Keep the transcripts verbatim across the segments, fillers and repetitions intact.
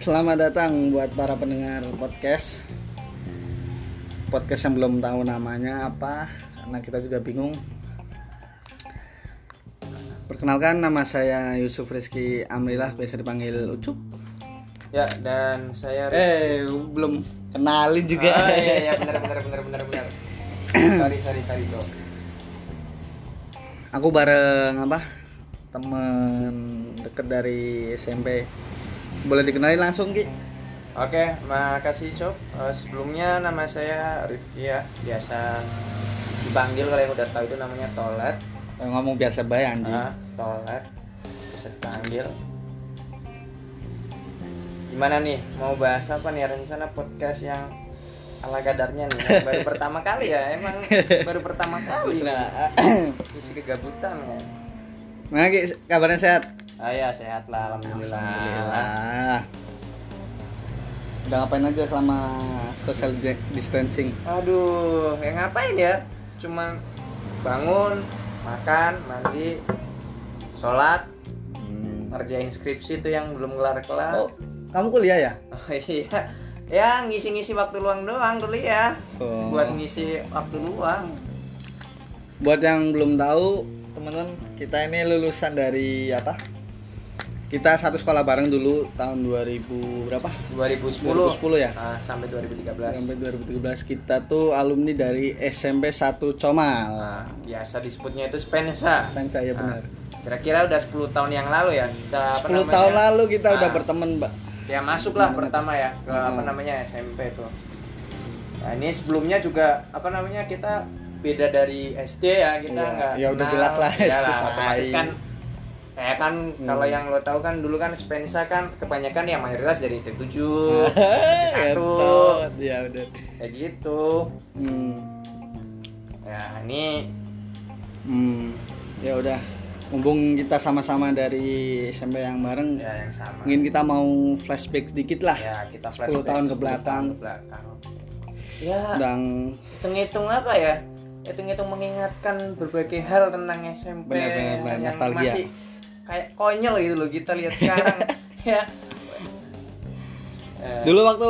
Selamat datang buat para pendengar podcast Podcast yang belum tahu namanya apa, karena kita juga bingung. Perkenalkan, nama saya Yusuf Rizky Amrilah, biasa dipanggil Ucup. Ya, dan saya Eh, belum kenalin juga. Oh iya iya benar benar benar benar benar. sorry sorry sorry bro. Aku bareng apa? Temen deket dari S M P. Boleh dikenalin langsung, Ki? Oke, makasih Cok. Uh, sebelumnya nama saya Rifki ya, biasa dipanggil kalau yang udah tahu itu namanya Tolet. Eh, ngomong biasa bae anjing. Ah, Tolet. Bisa dipanggil. Gimana nih? Mau bahas apa nih rencana podcast yang ala kadarnya nih? Yang baru pertama kali ya, emang baru pertama kali. Isi kegabutan ya. Nah, Ki, kabarnya sehat? Ah ya, sehat lah, alhamdulillah. Alhamdulillah. Udah ngapain aja selama social distancing? Aduh, ya ngapain ya? Cuman bangun, makan, mandi, sholat, Hmm. ngerjain skripsi tuh yang belum kelar-kelar. Oh, kamu kuliah ya? Oh iya, ya ngisi-ngisi waktu luang doang dulu ya. Oh. Buat ngisi waktu luang. Buat yang belum tahu, teman-teman, kita ini lulusan dari apa? Kita satu sekolah bareng dulu tahun dua ribu berapa? dua ribu sepuluh, dua ribu sepuluh ya? Ah, sampai dua ribu tiga belas. Sampai dua ribu tiga belas kita tuh alumni dari S M P satu Comal. Nah, biasa disebutnya itu Spensa. Spensa ya benar. Nah, kira-kira udah sepuluh tahun yang lalu ya kita apa sepuluh namanya? tahun lalu kita Nah, udah berteman, Mbak. Ya masuklah Bener. pertama ya ke Hmm. apa namanya S M P tuh. Nah, ini sebelumnya juga apa namanya kita beda dari S D ya, kita Iya, nggak ya udah kenal. jelas lah, S D Iyalah, tai. otomatis kan kayak kan Hmm. kalau yang lo tahu kan dulu kan Spensa kan kebanyakan yang mayoritas dari S D tujuh, S D satu Ngentot. Ya udah. kayak gitu. Hmm. Ya ini Hmm. Ya udah. Mumpung kita sama-sama dari S M P yang bareng, ya yang sama. mungkin kita mau flashback sedikit lah. Ya kita sepuluh flashback tahun ke sepuluh belakang. tahun ke belakang. Ya. Dan Hitung-hitung apa ya? Hitung-hitung mengingatkan berbagai hal tentang S M P Benar-benar yang nostalgia. masih kayak konyol gitu loh kita lihat sekarang. Ya. Eh, dulu waktu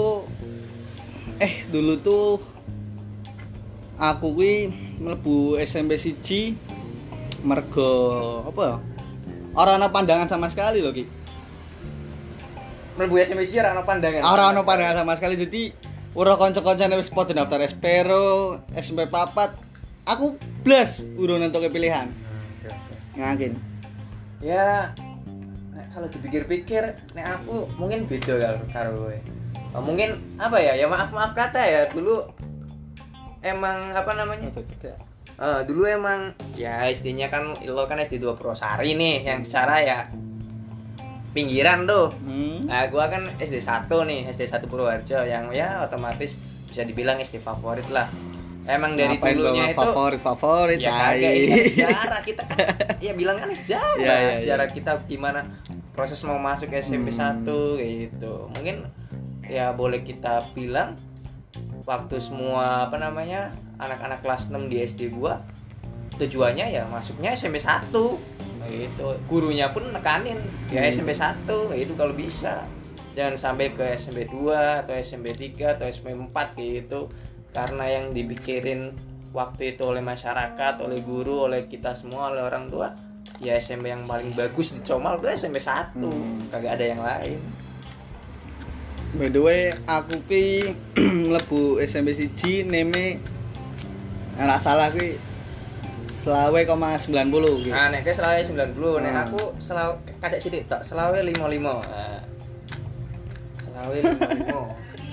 eh dulu tuh aku kuwi mlebu S M P siji mergo apa ya? Ora ana pandangan sama sekali loh, Ki. mlebu S M P sih ora ono pandangan. Ora ana pandangan sama sekali, jadi ora kanca-kancane wis padha daftar Espero, S M P papat. Aku blas urung nentuke pilihan. Oke, oke. Yakin. Ya nek kalau dipikir-pikir nek aku mungkin beda karo karo kowe. Oh, mungkin apa ya? Ya maaf maaf kata ya, dulu emang apa namanya? Uh, dulu emang ya S D-nya kan lo kan S D dua Purwosari nih yang secara ya pinggiran tuh. Hmm. Nah, gua kan S D satu nih, S D satu Purworejo yang ya otomatis bisa dibilang S D favorit lah. Emang dari Ngapain dulunya bawa itu favorit-favorit ya tai. kagak ini kan sejarah kita kan ya bilang kan sejarah. Ya, ya, sejarah ya. kita gimana proses mau masuk ke S M P satu kayak gitu. Mungkin ya boleh kita bilang waktu semua apa namanya anak-anak kelas enam di S D gua tujuannya ya masuknya S M P satu gitu. Gurunya pun nekanin ya S M P satu itu kalau bisa. Jangan sampai ke S M P dua atau S M P tiga atau S M P empat gitu. Karena yang dipikirin waktu itu oleh masyarakat, oleh guru, oleh kita semua, oleh orang tua ya S M P yang paling bagus di Comal itu S M P satu. Hmm. Kagak ada yang lain. By the way, aku ki mlebu S M P siji neme ora salah kuwi selawe koma sembilan puluh gitu. Nah, nek ke selawe sembilan puluh, nek Hmm. aku selawe kadek sithik tok, selawe lima puluh lima. Nah. Selawe lima puluh lima.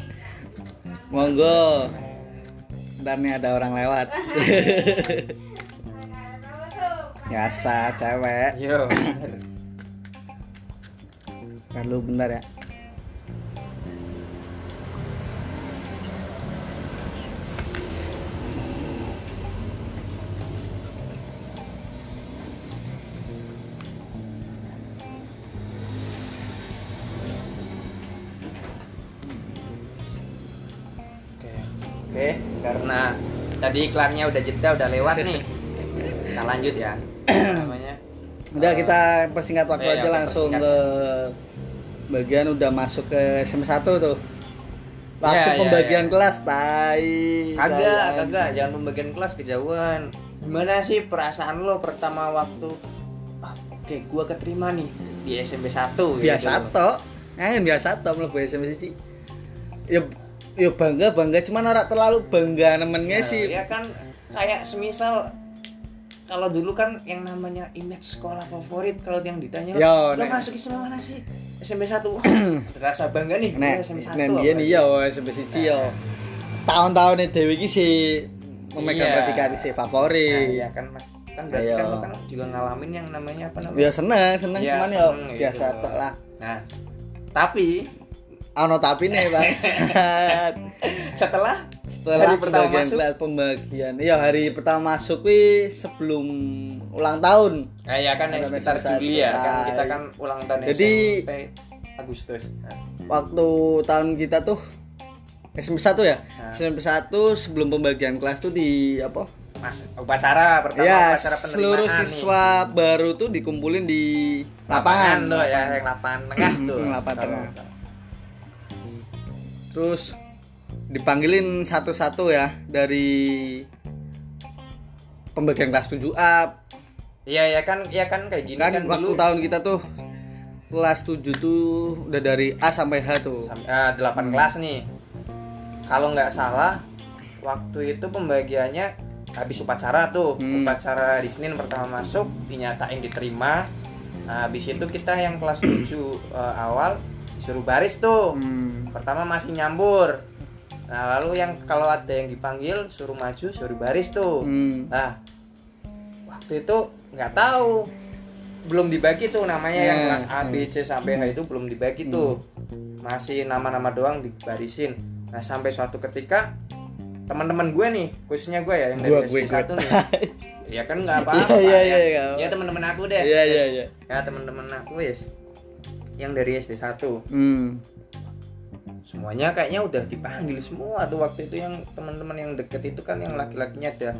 Monggo. Dan nih ada orang lewat. Biasa cewek. Yo. Perlu bentar ya. Oke. Oke, karena tadi iklannya udah jeda, udah lewat nih. Kita lanjut ya. Namanya Udah kita persingkat waktu Eh, aja ya, langsung persingkat. ke bagian udah masuk ke S M P satu tuh. Waktu Ya, ya, pembagian ya. kelas tai. Kagak, kalian. kagak, jangan pembagian kelas kejauhan. Gimana sih perasaan lo pertama waktu ah, oke, gua keterima nih di S M P satu Biasa gitu. toh. Kan biasa toh mlebu S M P siji. Ya ya bangga bangga cuman ora terlalu bangga nemennya Nah, sih. ya kan kayak semisal kalau dulu kan yang namanya image sekolah favorit, kalau yang ditanya Yo, lo nek- masuk Islam mana sih? S M P satu. Wah, rasa bangga nih Nek gua S M P satu. nek biyen iya S M P siji yo. Tahun-tahun dhewe iki sih memegang Iya. predikasi Nah, favorit. iya kan kan berarti Ayo. kan lo kan juga ngalamin yang namanya apa namanya? Ya seneng, seneng Iya, cuman yo seneng gitu. biasa tok lah. Nah, tapi Ono tapi nih Bang. setelah Setelah hari pertama pembagian masuk, kelas pembagian. Iya, hari pertama masuk wi sebelum ulang tahun. nah, ya kan yang Ulang sekitar tahun Juli ya, satu. kan kita kan ulang tahun Jadi- S M P Agustus. Nah, Waktu tahun kita tuh S M P satu ya. Nah. S M P satu sebelum pembagian kelas tuh di apa? Mas, upacara pertama Ya, upacara penerimaan seluruh nih. siswa baru tuh dikumpulin di lapangan. tuh ya, yang lapangan tengah tuh. Hmm, lapangan Kalau- tengah. Terus dipanggilin satu-satu ya dari pembagian kelas tujuh A. Iya ya kan, ya kan kayak gini Kan, kan, waktu dulu tahun kita tuh kelas tujuh tuh udah dari A sampai H tuh. sampai eh, delapan kelas nih. Kalau nggak salah waktu itu pembagiannya habis upacara tuh. Hmm. Upacara di Senin pertama masuk dinyatain diterima. Nah, habis itu kita yang kelas tujuh eh, awal disuruh baris tuh. Hmm. Pertama masih nyambur. Nah, lalu yang kalau ada yang dipanggil suruh maju, suruh baris tuh. Hmm. Nah, waktu itu nggak tahu, belum dibagi tuh namanya yang Hmm. kelas A, B, C sampai H itu belum dibagi tuh, masih nama-nama doang dibarisin. Nah, sampai suatu ketika teman-teman gue nih, khususnya gue ya yang dari Gua, S D gue, gue. satu nih, ya kan nggak apa-apa, Iya, iya, ya, iya, ya teman-teman aku deh, Iya, iya, iya. ya teman-teman aku wes, yang dari S D satu. Hmm. Semuanya kayaknya udah dipanggil semua tuh waktu itu, yang teman-teman yang deket itu kan yang laki-lakinya ada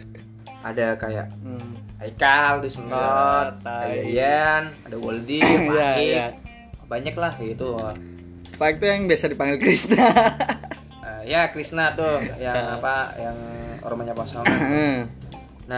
ada kayak Hmm. Haikal, tuh Semprot, Ya, tai. ada Ian, ada Woldi, Iya, Faik, iya. banyak lah gitu. Faik tuh yang biasa dipanggil Krisna. Uh, ya Krisna tuh yang apa yang orangnya pasangan. Nah,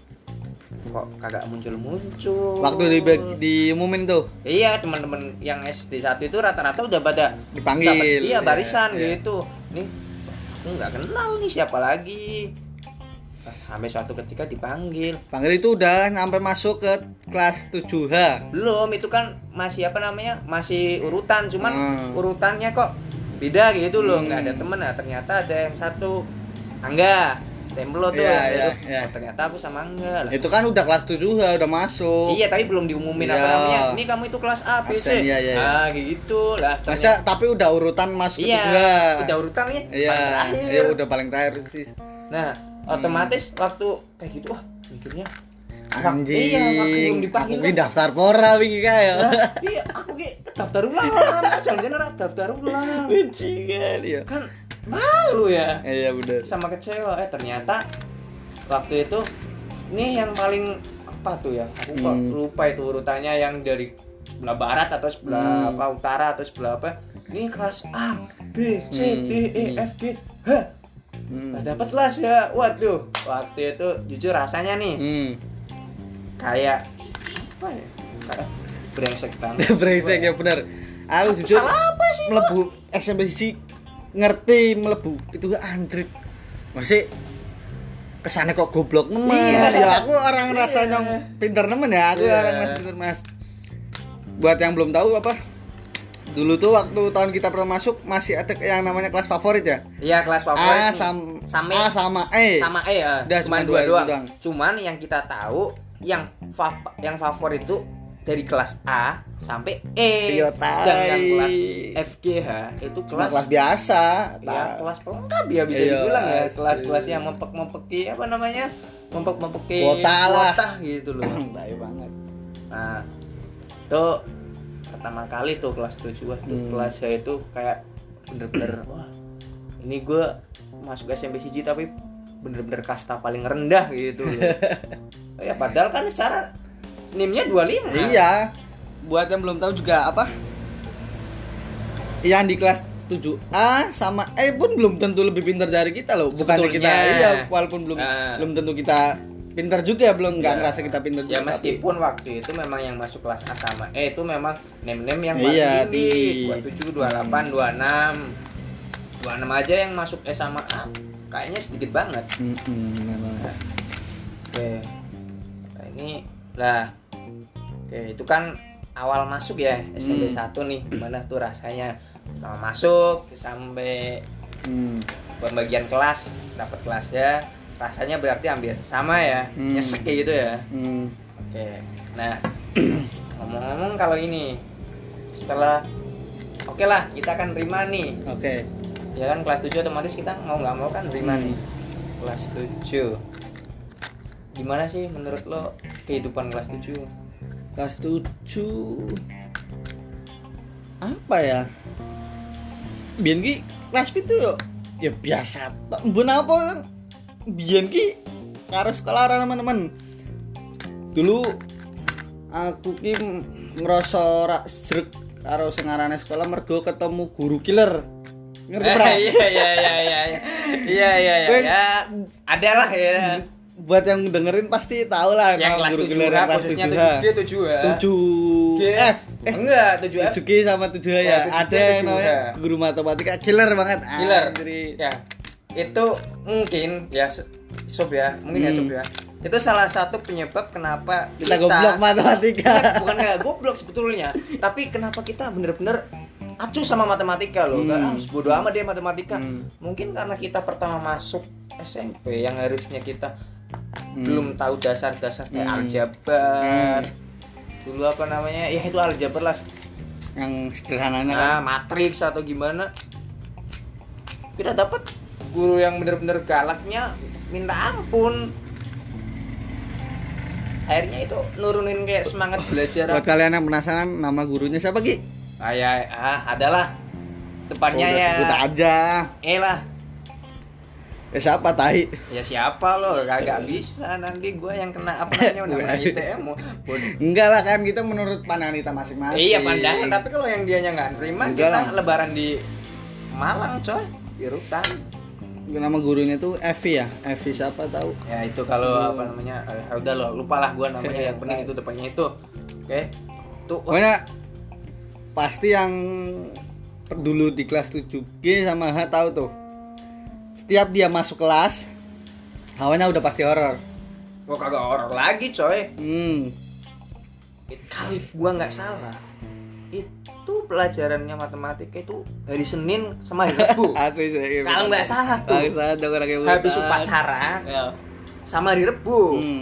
kok kagak muncul-muncul. Waktu di diumumin tuh Iya, teman-teman yang S D satu itu rata-rata udah pada dipanggil. dapat, iya barisan Iya. gitu. Nih aku nggak kenal nih siapa lagi. Nah, sampai suatu ketika dipanggil. Panggil itu udah sampai masuk ke kelas tujuh H. Belum, itu kan masih apa namanya? Masih urutan, cuman Hmm. urutannya kok beda gitu loh, Hmm. nggak ada temen. Nah, ternyata ada yang satu Angga, Templo tuh. Iya, yang iya, itu. iya. Oh, ternyata aku sama Angga lah. Itu kan udah kelas tujuh H, udah masuk. Iya, tapi belum diumumin Iya. apa namanya. Ini kamu itu kelas A, B, C. Absen, iya, iya, iya. Ah, gitu lah. Masa tapi udah urutan masuk ke Iya, tujuh H. udah urutannya Iya, paling terakhir. iya udah paling terakhir sih. Nah, otomatis waktu kayak gitu, wah, mikirnya wak- Anjing. iya, waktu belum dipanggil. Aku ki daftar pora wingi kae ya. Nah, iya, aku ki daftar ulang. Jangan-jangan ora daftar ulang. Bajingan ya. Kan malu ya. Iya benar. Sama kecewa. Eh, ternyata waktu itu nih yang paling apa tuh ya? Aku kok Hmm. lupa itu urutannya, yang dari sebelah barat atau sebelah Hmm. apa utara atau sebelah apa. Ini kelas A, B, C, D, E, F, G, H. Hmm. Nah, dapat kelas ya. Waduh, waktu itu jujur rasanya nih Hmm. kayak apa ya? Kayak brengsek banget. Brengsek ya bener. Aku Aku jujur salah apa sih, mlebu S M P siji ngerti mlebu itu antrit. Masih kesane kok goblok nemen. Iya. Ya aku orang Iya. rasanya pinter nemen ya. Aku Iya. orang masih pinter Mas. Buat yang belum tahu apa? Dulu tuh waktu tahun kita pernah masuk masih ada yang namanya kelas favorit ya. Iya, kelas favorit. A sam Sama A sama E. sama E ya. Udah, Cuman cuma dua dua doang. itu doang. Cuman yang kita tahu yang fa- yang favorit itu dari kelas A sampai E. Iya, tai. Sedangkan kelas F G H itu Cuma kelas kelas biasa. ya Nah, kelas pelengkap ya bisa Iya, dibilang ya. asli. Kelas-kelas yang mempek-mempeki apa namanya? Mempek-mempeki Kuota lah. kuota gitu loh. tai banget. Nah, tuh pertama kali tuh kelas tujuh tuh Hmm. kelas saya itu kayak bener-bener wah, ini gue masuk S M P siji tapi bener-bener kasta paling rendah gitu loh. Ya padahal kan secara nimnya dua puluh lima. Iya. Buat yang belum tahu juga apa? yang di kelas tujuh A sama E pun belum tentu lebih pintar dari kita loh. Bukan Sebetulnya. kita iya walaupun belum Nah. belum tentu kita pintar juga, belum nggak Ya. ngerasa kita pintar Ya juga. meskipun waktu itu memang yang masuk kelas A sama E itu memang name-name yang paling Iya, tinggi. tinggi. dua puluh tujuh, dua puluh delapan, dua puluh enam. dua puluh enam aja yang masuk E sama A kayaknya sedikit banget. Mm, mm, memang. Oke. Nah, ini lah. Oke, itu kan awal masuk ya S M P Hmm. satu nih. Gimana tuh rasanya? Pertama masuk sampai Hmm. pembagian kelas, dapat kelasnya, rasanya berarti hampir sama ya. Hmm. Nyesek kayak gitu ya. Hmm. Oke. Nah, ngomong-ngomong kalau ini setelah oke lah, kita kan terima nih. Oke. Ya kan kelas tujuh otomatis kita mau nggak mau kan terima Hmm. nih. Kelas tujuh. Gimana sih menurut lo kehidupan kelas tujuh? Kelas tujuh apa ya? Biyen ki kelas pitu yo ya biasa. Tok mbon apa biyen ki karo sekolah karo teman-teman. Dulu aku ki ngerasa ora sreg karo sing arane sekolah mergo ketemu guru killer. Ngerti Eh, pra? iya iya iya iya iya iya iya iya Gue- ya ada lah ya Buat yang dengerin pasti tahu lah yang nama kelas guru tujuh killer H yang kelas khususnya tujuh tujuh H. G tujuh H tujuh G F eh enggak tujuh F tujuh G sama tujuh H ya. Ya, tujuh G, Ada yang tujuh namanya H. guru matematika killer banget. killer Anjir. ya itu mungkin ya sob ya mungkin ya Hmm. sob ya itu salah satu penyebab kenapa Kita goblok matematika. Bukan- bukan nggak goblok sebetulnya tapi kenapa kita bener-bener acuh sama matematika loh Hmm. kan ah, bodo amat deh matematika Hmm. mungkin karena kita pertama masuk S M P yang harusnya kita Hmm. belum tahu dasar-dasar kayak Hmm. aljabar dulu apa namanya ya itu aljabar lah Yang sederhananya kan. nah matriks atau gimana kita dapat guru yang bener-bener galaknya minta ampun akhirnya itu nurunin kayak semangat belajar Buat kalian yang penasaran nama gurunya siapa Ki? kayak ah adalah depannya Udah ya sebut aja. eh lah Ya siapa tahi? ya siapa lo kagak bisa nanti gue yang kena apa namanya undang-undang I T E mau bodoh. Enggak lah kan kita menurut pandangan kita masing-masing. Iya pandangan tapi kalau yang dianya nggak nerima Enggak kita lah. lebaran di Malang coy di Rutan Nama gurunya tuh Evi ya. Evi siapa tahu? ya itu kalau apa namanya eh, udah lo lupa lah gue namanya yang penting itu depannya itu oke tuh wah, Pokoknya pasti yang dulu di kelas tujuh G sama H tahu tuh. Setiap dia masuk kelas, hawanya udah pasti horor. gua kagak horor lagi coy Hmm. It- kalau gua nggak salah itu pelajarannya matematika itu hari Senin sama hari Rabu Asli sih. kalau nggak salah tuh Bangsa ada orang yang habis buta. upacara Ya. sama hari Rebu Hmm.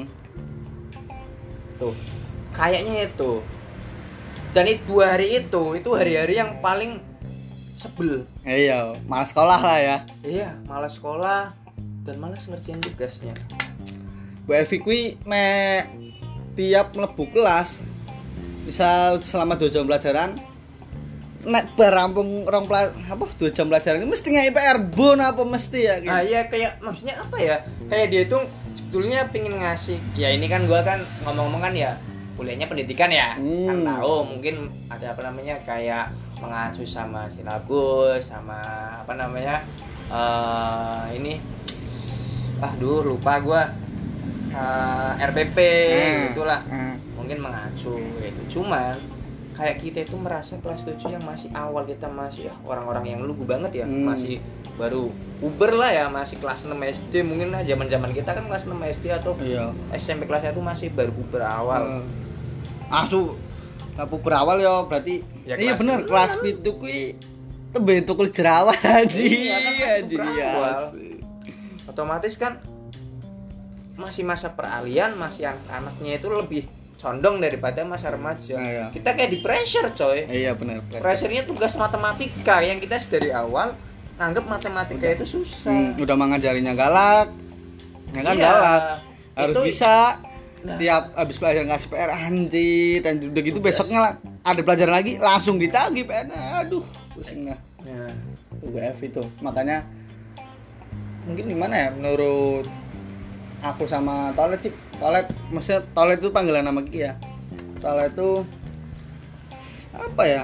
tuh kayaknya itu dan itu dua hari itu itu hari-hari yang paling sebel Iya, malas sekolah lah ya. iya malas sekolah dan malas ngerjain tugasnya Bu Evi kui me tiap mlebu kelas misal selama dua jam pelajaran nek berampung rong pela, apa dua jam pelajaran ini mesti ngai P R bon apa mesti ya gitu. ah iya kayak maksudnya apa ya kayak dia itu sebetulnya pengen ngasih ya ini kan gua kan ngomong-ngomong kan ya kuliahnya pendidikan ya Hmm. kan tahu mungkin ada apa namanya kayak mengacu sama silabus sama apa namanya eh ini ah duh lupa gua Eh, R P P Hmm. itulah Hmm. mungkin mengacu itu cuman kayak kita itu merasa kelas tujuh yang masih awal kita masih ya orang-orang yang lugu banget ya Hmm. masih baru uber lah ya masih kelas enam S D mungkin lah zaman-zaman kita kan kelas enam S D atau Iya. S M P kelas satu masih baru uber awal Hmm. Asu kapu berawal ya berarti Ya, iya kelas bener enam. kelas pitu kui tembe tukul jerawat anjing. Iya, kan masih Anjing, berawal. asli. otomatis kan masih masa peralihan masih an- anaknya itu lebih condong daripada masa remaja Nah, iya. kita kayak di pressure coy Iya bener. pressure-nya tugas matematika yang kita dari awal nganggep matematika itu susah. Hmm, udah mengajarinya galak. Ya kan Iya. galak. Harus Itu- bisa Nah. tiap habis pelajaran ngasih P R anjir dan udah gitu Tugas. besoknya lah ada pelajaran lagi langsung ditagih P R-nya. Aduh, pusing lah. Ya. U F itu. Makanya mungkin gimana ya menurut aku sama Toilet sih. Toilet maksudnya Toilet itu panggilan nama Ki ya. Toilet itu apa ya?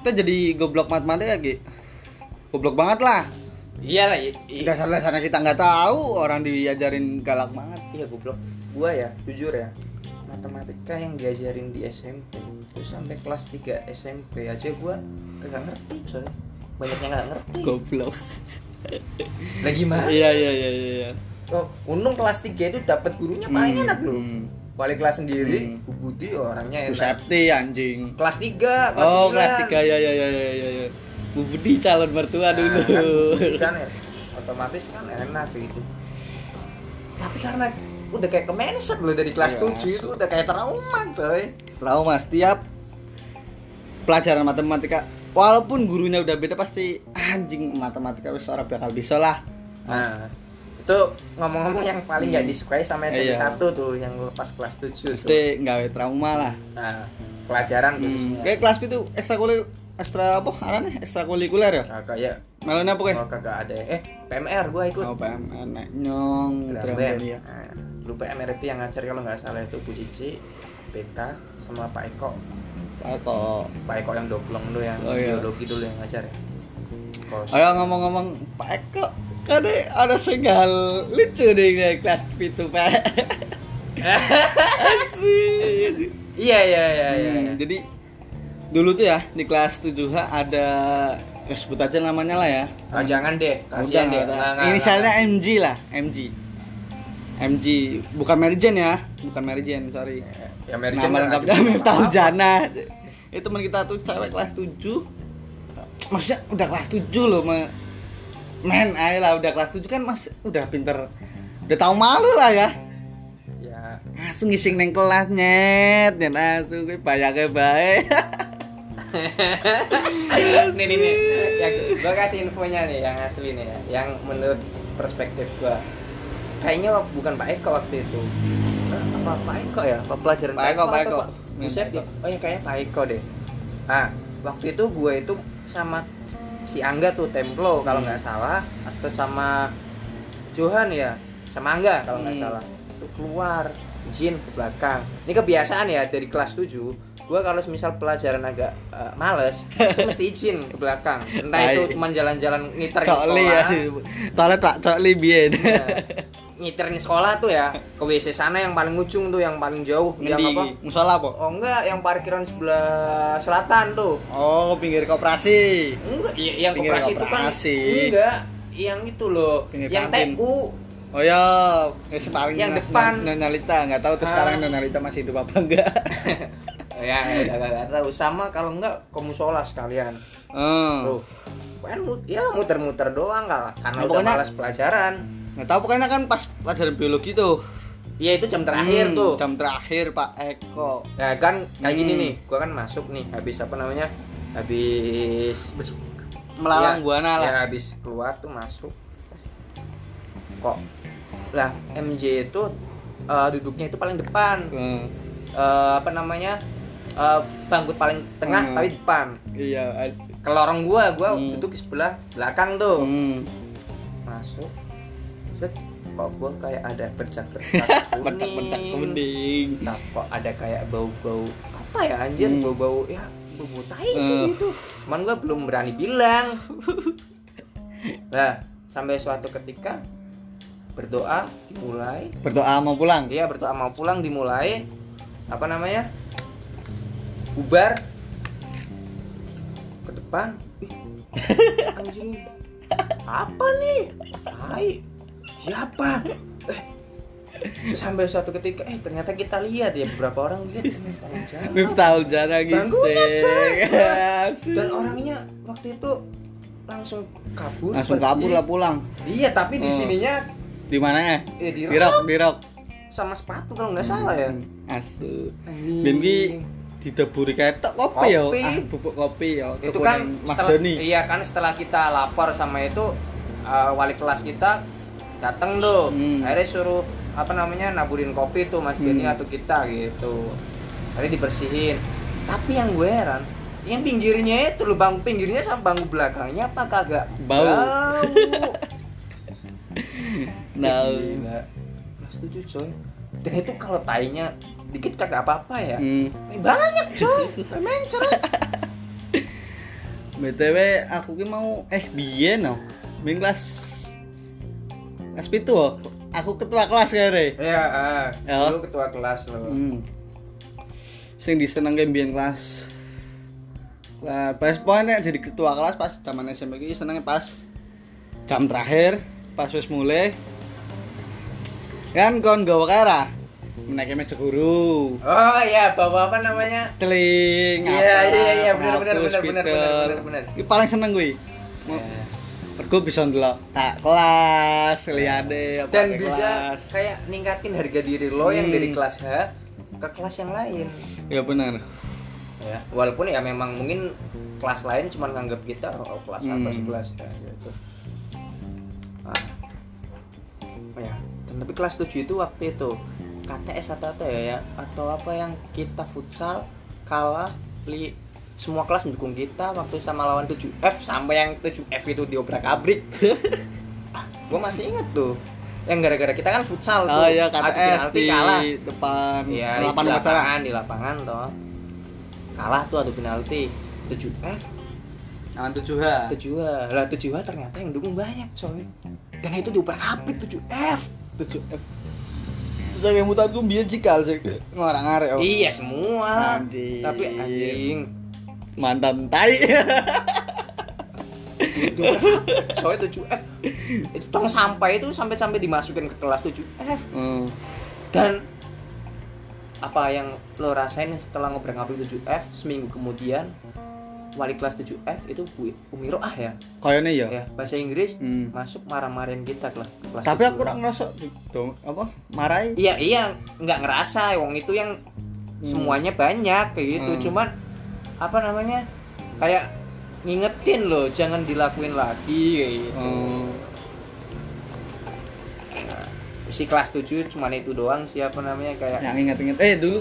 kita jadi goblok matematika Ki. Goblok banget lah. Iyalah, i- i- Dasar-dasarnya kita nggak tahu, orang diajarin galak banget. iya goblok. Gua ya, jujur ya, matematika yang diajarin di S M P terus sampai kelas tiga S M P aja gua kagak ngerti coy. Banyak yang nggak ngerti. Goblok. Lagi mah. Iya iya iya iya. Oh, untung kelas tiga itu dapat gurunya paling Hmm, enak loh. hmm. Balik kelas sendiri, Hmm. Bu Budi orangnya Bu enak. Septi anjing. Kelas tiga, kelas Oh, sembilan. kelas tiga ya ya ya ya ya. ya. Bu Budi calon mertua Nah, dulu. kan, Bu Budi kan ya, otomatis kan enak gitu. Tapi karena udah kayak kemenset loh dari kelas Iya, tujuh itu udah kayak trauma coy. Trauma setiap pelajaran matematika. Walaupun gurunya udah beda pasti anjing matematika wis ora bakal bisa lah. Nah, itu ngomong-ngomong yang paling nggak Hmm. disukai sama S M P Iya. satu tuh yang pas kelas tujuh tuh. Pasti nggawe trauma lah. Nah, pelajaran Hmm. khususnya. Kayak kelas itu ekstrakurikuler ekstra apa arane ekstrakurikuler ya? Nah, kayak Melone apa kayak? oh, kagak ada. Eh, P M R gua ikut. Oh, P M N nek nyong Drum drum band. band ya. Nah, lu P M R itu yang ngajar kalau nggak salah itu Bu Cici, B K sama Pak Eko. Pak Pak Eko yang doblong tuh yang Oh, iya. biologi dulu yang ngajar ya. Kos. Ayo ngomong-ngomong Pak Eko, kade ada segal lucu deh di kelas itu Pak. Asik. Iya iya iya iya. Hmm, iya. Jadi dulu tuh ya di kelas tujuh H ada ya sebut aja namanya lah ya. Ah, jangan deh, Udah, kasihan deh. nggak ada. Nggak, nggak, Inisialnya nggak. M G lah, M G. M G bukan Mary Jane ya, bukan Mary Jane, sorry. Ya Mary Jane Nama kan lengkapnya ada Miftah apa-apa. Hujana. Itu teman kita tuh cewek kelas tujuh. Maksudnya udah kelas tujuh loh, me- men ayo lah udah kelas tujuh kan mas udah pinter. Udah tahu malu lah ya. Ya. Langsung ngising neng kelas nyet, dan langsung gue bayangke bae. nih nih nih, yang gua kasih infonya nih yang asli nih ya, yang menurut perspektif gua. Kayaknya bukan Pak Eko waktu itu. Eh, Apa Pak Eko ya? Apa pelajaran Pak Eko, Pak atau Eko. Pak Buset deh. Oh ya kayaknya Pak Eko deh. Nah, waktu itu gue itu sama si Angga tuh Templo kalau nggak salah, atau sama Johan ya, sama Angga kalau nggak Hmm. salah. Itu keluar izin ke belakang. Ini kebiasaan ya dari kelas tujuh. Gue kalau misal pelajaran agak eh, males, itu mesti izin ke belakang. Entah itu Baik. cuma jalan-jalan ngiter di Cokli ya. sekolah. Toilet Pak Cokli biyen. Ya, ngiterin sekolah tuh ya ke W C sana yang paling ujung tuh, yang paling jauh. Yang apa? Ngendi? Musola apa? Oh enggak, yang parkiran sebelah selatan tuh. Oh, pinggir koperasi. Enggak, i- yang Pinggir koperasi itu kan koperasi. enggak, yang itu loh, Pinggir yang kantin. T U. Oh ya, yang paling Yang non- depan. non- Nonalita, nggak tahu tuh Ah. sekarang Nonalita masih hidup apa enggak. Ya, udah enggak tahu, sama kalau enggak ke musola sekalian. Oh. Tuh. Kan mut- ya muter-muter doang kan, karena Ya, udah pokoknya- malas pelajaran. Nggak tahu pokoknya kan pas pelajaran biologi tuh. Iya, itu jam terakhir Hmm, tuh. Jam terakhir Pak Eko. Ya kan kayak gini Hmm. nih, gua kan masuk nih habis apa namanya? Habis Melalang ya, buana lah. Ya habis keluar tuh masuk. Kok lah M J itu eh, duduknya itu paling depan. Hmm, Eh, apa namanya? Eh, bangku paling tengah Hmm. tapi depan. iya, asik. Ke lorong gua, gua Hmm. duduk di sebelah belakang tuh. Hmm. Masuk. Set, kok gua kayak ada bercak-bercak kuning. Bentak-bentak kuning. Nah, kok ada kayak bau-bau apa ya anjir, Hmm. bau-bau ya bau tai Eh. sih gitu. Cuman gua belum berani bilang. Nah, sampai suatu ketika berdoa dimulai. Berdoa mau pulang. Dia berdoa mau pulang dimulai. Apa namanya? Bubar ke depan. Ih, anjing. Apa nih? Hai. Siapa? Eh, sampai suatu ketika eh ternyata kita lihat ya beberapa orang lihat eh, Miftah Hujana. Miftah Hujana Bangkunya, coy. gising. Dan orangnya waktu itu langsung kabur. Langsung pergi. kabur lah pulang. Iya, tapi di Oh. sininya Di mana? eh di Di rok, di rok. sama sepatu kalau nggak salah ya. Asu. Anjing. Ben ki dideburi ketok kopi ya. Kopi. Ah, bubuk kopi ya. Itu Toko kan nang Mas setelah, Doni. iya kan setelah kita lapor sama itu uh, wali kelas kita datang tuh. Hmm. Akhirnya suruh apa namanya naburin kopi tuh Mas Deni Hmm. atau kita gitu. Akhirnya dibersihin. Tapi yang gue heran, yang pinggirnya itu loh, bangku pinggirnya sama bangku belakangnya apa kagak Bau. Nah. Gila. Setuju coy. Dan itu kalau tainya dikit kagak apa-apa ya. Hmm. Tai banyak coy. Tai mencret. B T W aku ki mau eh biyen no. Ming kelas kelas pitu oh. Aku ketua kelas kare. Iya, ah. Ya. Lu ketua kelas lo. Hmm. Sing disenengke biyen kelas. Lah pas pokoke jadi ketua kelas pas zaman S M P ki senenge pas jam terakhir, pas wis mulai. Kan kon gawa kara. Menaiki meja guru. Oh iya, bawa apa namanya? Teling. Iya, apa, iya, iya, benar, benar, hapus, benar, benar, spidol. benar, benar, benar. Iki paling seneng kuwi. Ya. Mergo bisa ndelok tak kelas, liyane apa Dan ke bisa kelas. kayak ningkatin harga diri lo yang Hmm. dari kelas H ke kelas yang lain. Ya benar. Ya, walaupun ya memang mungkin kelas lain cuma nganggap kita oh kelas apa Hmm. sekelas ya gitu. Ah. Ya, dan tapi kelas tujuh itu waktu itu K T S atau apa ya, ya atau apa yang kita futsal kalah li semua kelas mendukung kita waktu sama lawan tujuh F sampai yang tujuh F itu diobrak-abrik. Ah, gua masih inget tuh. Yang gara-gara kita kan futsal tuh. Oh iya K T adu S penalti di kalah. depan Iya, lapangan di upacara. lapangan, di lapangan toh. Kalah tuh adu penalti. tujuh F, Lawan tujuh H. tujuh H. Lah tujuh H ternyata yang dukung banyak, coy. Dan itu diobrak-abrik tujuh F. tujuh F. Terus yang mutan ku biyen cikal sih ngarang-arek. Oh. Iya semua. Anjing. Tapi anjing. Mantan tai. Soalnya tujuh F itu tong sampai itu sampai-sampai dimasukin ke kelas tujuh F. Hmm. Dan apa yang lo rasain setelah ngobrol-ngobrol tujuh F seminggu kemudian wali kelas tujuh F itu Bu Umi Roah ya. Kayaknya ya. Ya, bahasa Inggris Hmm. masuk marah-marahin kita kelas kelas Tapi aku tujuh. ora ngerasa dong apa marahi. Iya, iya, nggak ngerasa wong itu yang semuanya banyak kayak gitu. Hmm. Cuman apa namanya? Kayak ngingetin loh, jangan dilakuin lagi kayak gitu. Hmm. Nah, si kelas tujuh cuman itu doang siapa namanya kayak Yang inget-inget eh dulu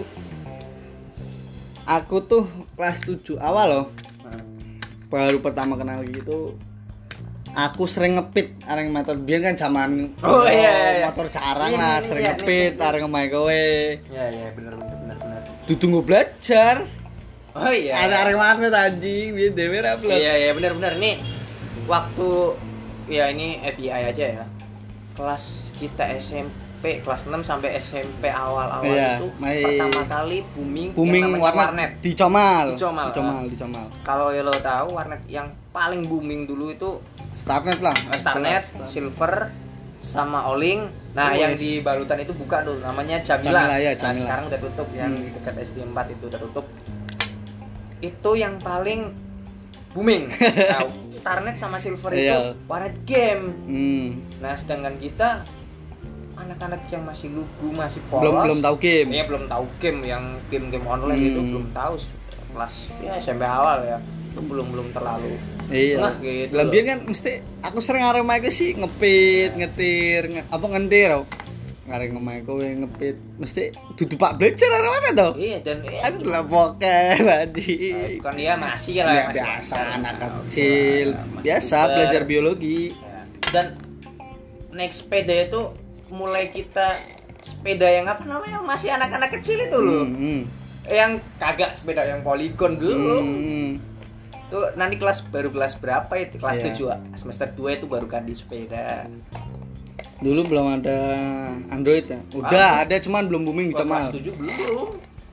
aku tuh kelas tujuh awal loh. Nah, Baru pertama kenal gitu. Aku sering ngepit areng motor biyen kan zaman Oh, iya, iya. motor jarang Iya, lah, iya, sering iya, ngepit iya. areng omahe kowe. ya ya benar benar benar benar. Dudu nggo belajar. Oh iya. Ada areng warnet anjing, biyen dhewe ra upload. Iya iya benar benar nih. Waktu ya ini F Y I aja ya. Kelas kita S M P kelas enam sampai S M P awal-awal Iya, itu main- pertama kali booming, Booming yang namanya warnet, warnet. di Comal. Di Comal, Di Comal, di Comal. Kalau ya lo tahu warnet yang paling booming dulu itu Starnet lah. eh, Starnet, Jelas, Silver, sama Oling. Nah, Oh, yang yes. di balutan itu buka tuh namanya Jamila. Jamila, ya, Nah, Jamila. sekarang udah tutup yang Hmm. di dekat S D empat itu udah tutup. Itu yang paling booming. Nah, Starnet sama Silver itu Iya. warnet game. Hmm. Nah, sedangkan kita anak-anak yang masih lugu, masih polos. Belum belum tahu game. Iya, belum tahu game yang game-game online Hmm. itu belum tahu kelas ya S M P awal ya. Itu belum belum terlalu. Iya. Nah, gitu Lah loh. biyen kan mesti aku sering areng omahe sih ngepit, ngetir, nge, apa ngentir. Oh. Areng omahe kowe ngepit mesti dudu Pak belajar areng mana to? Iya dan iya, Kan lah poker Nah, tadi. bukan dia masih lah Ya, masih biasa wajar. anak Nah, kecil, masih biasa bubar. belajar biologi. Ya. Dan naik sepeda itu mulai kita sepeda yang apa namanya masih anak-anak kecil itu loh. Hmm, hmm. Yang kagak sepeda yang poligon belum. Hmm. Tuh nanti kelas baru kelas berapa itu? Kelas Iya. tujuh semester dua itu baru ganti sepeda. Dulu belum ada Android ya. Udah Ah, ada cuman belum booming di Gua kelas Comal. tujuh belum.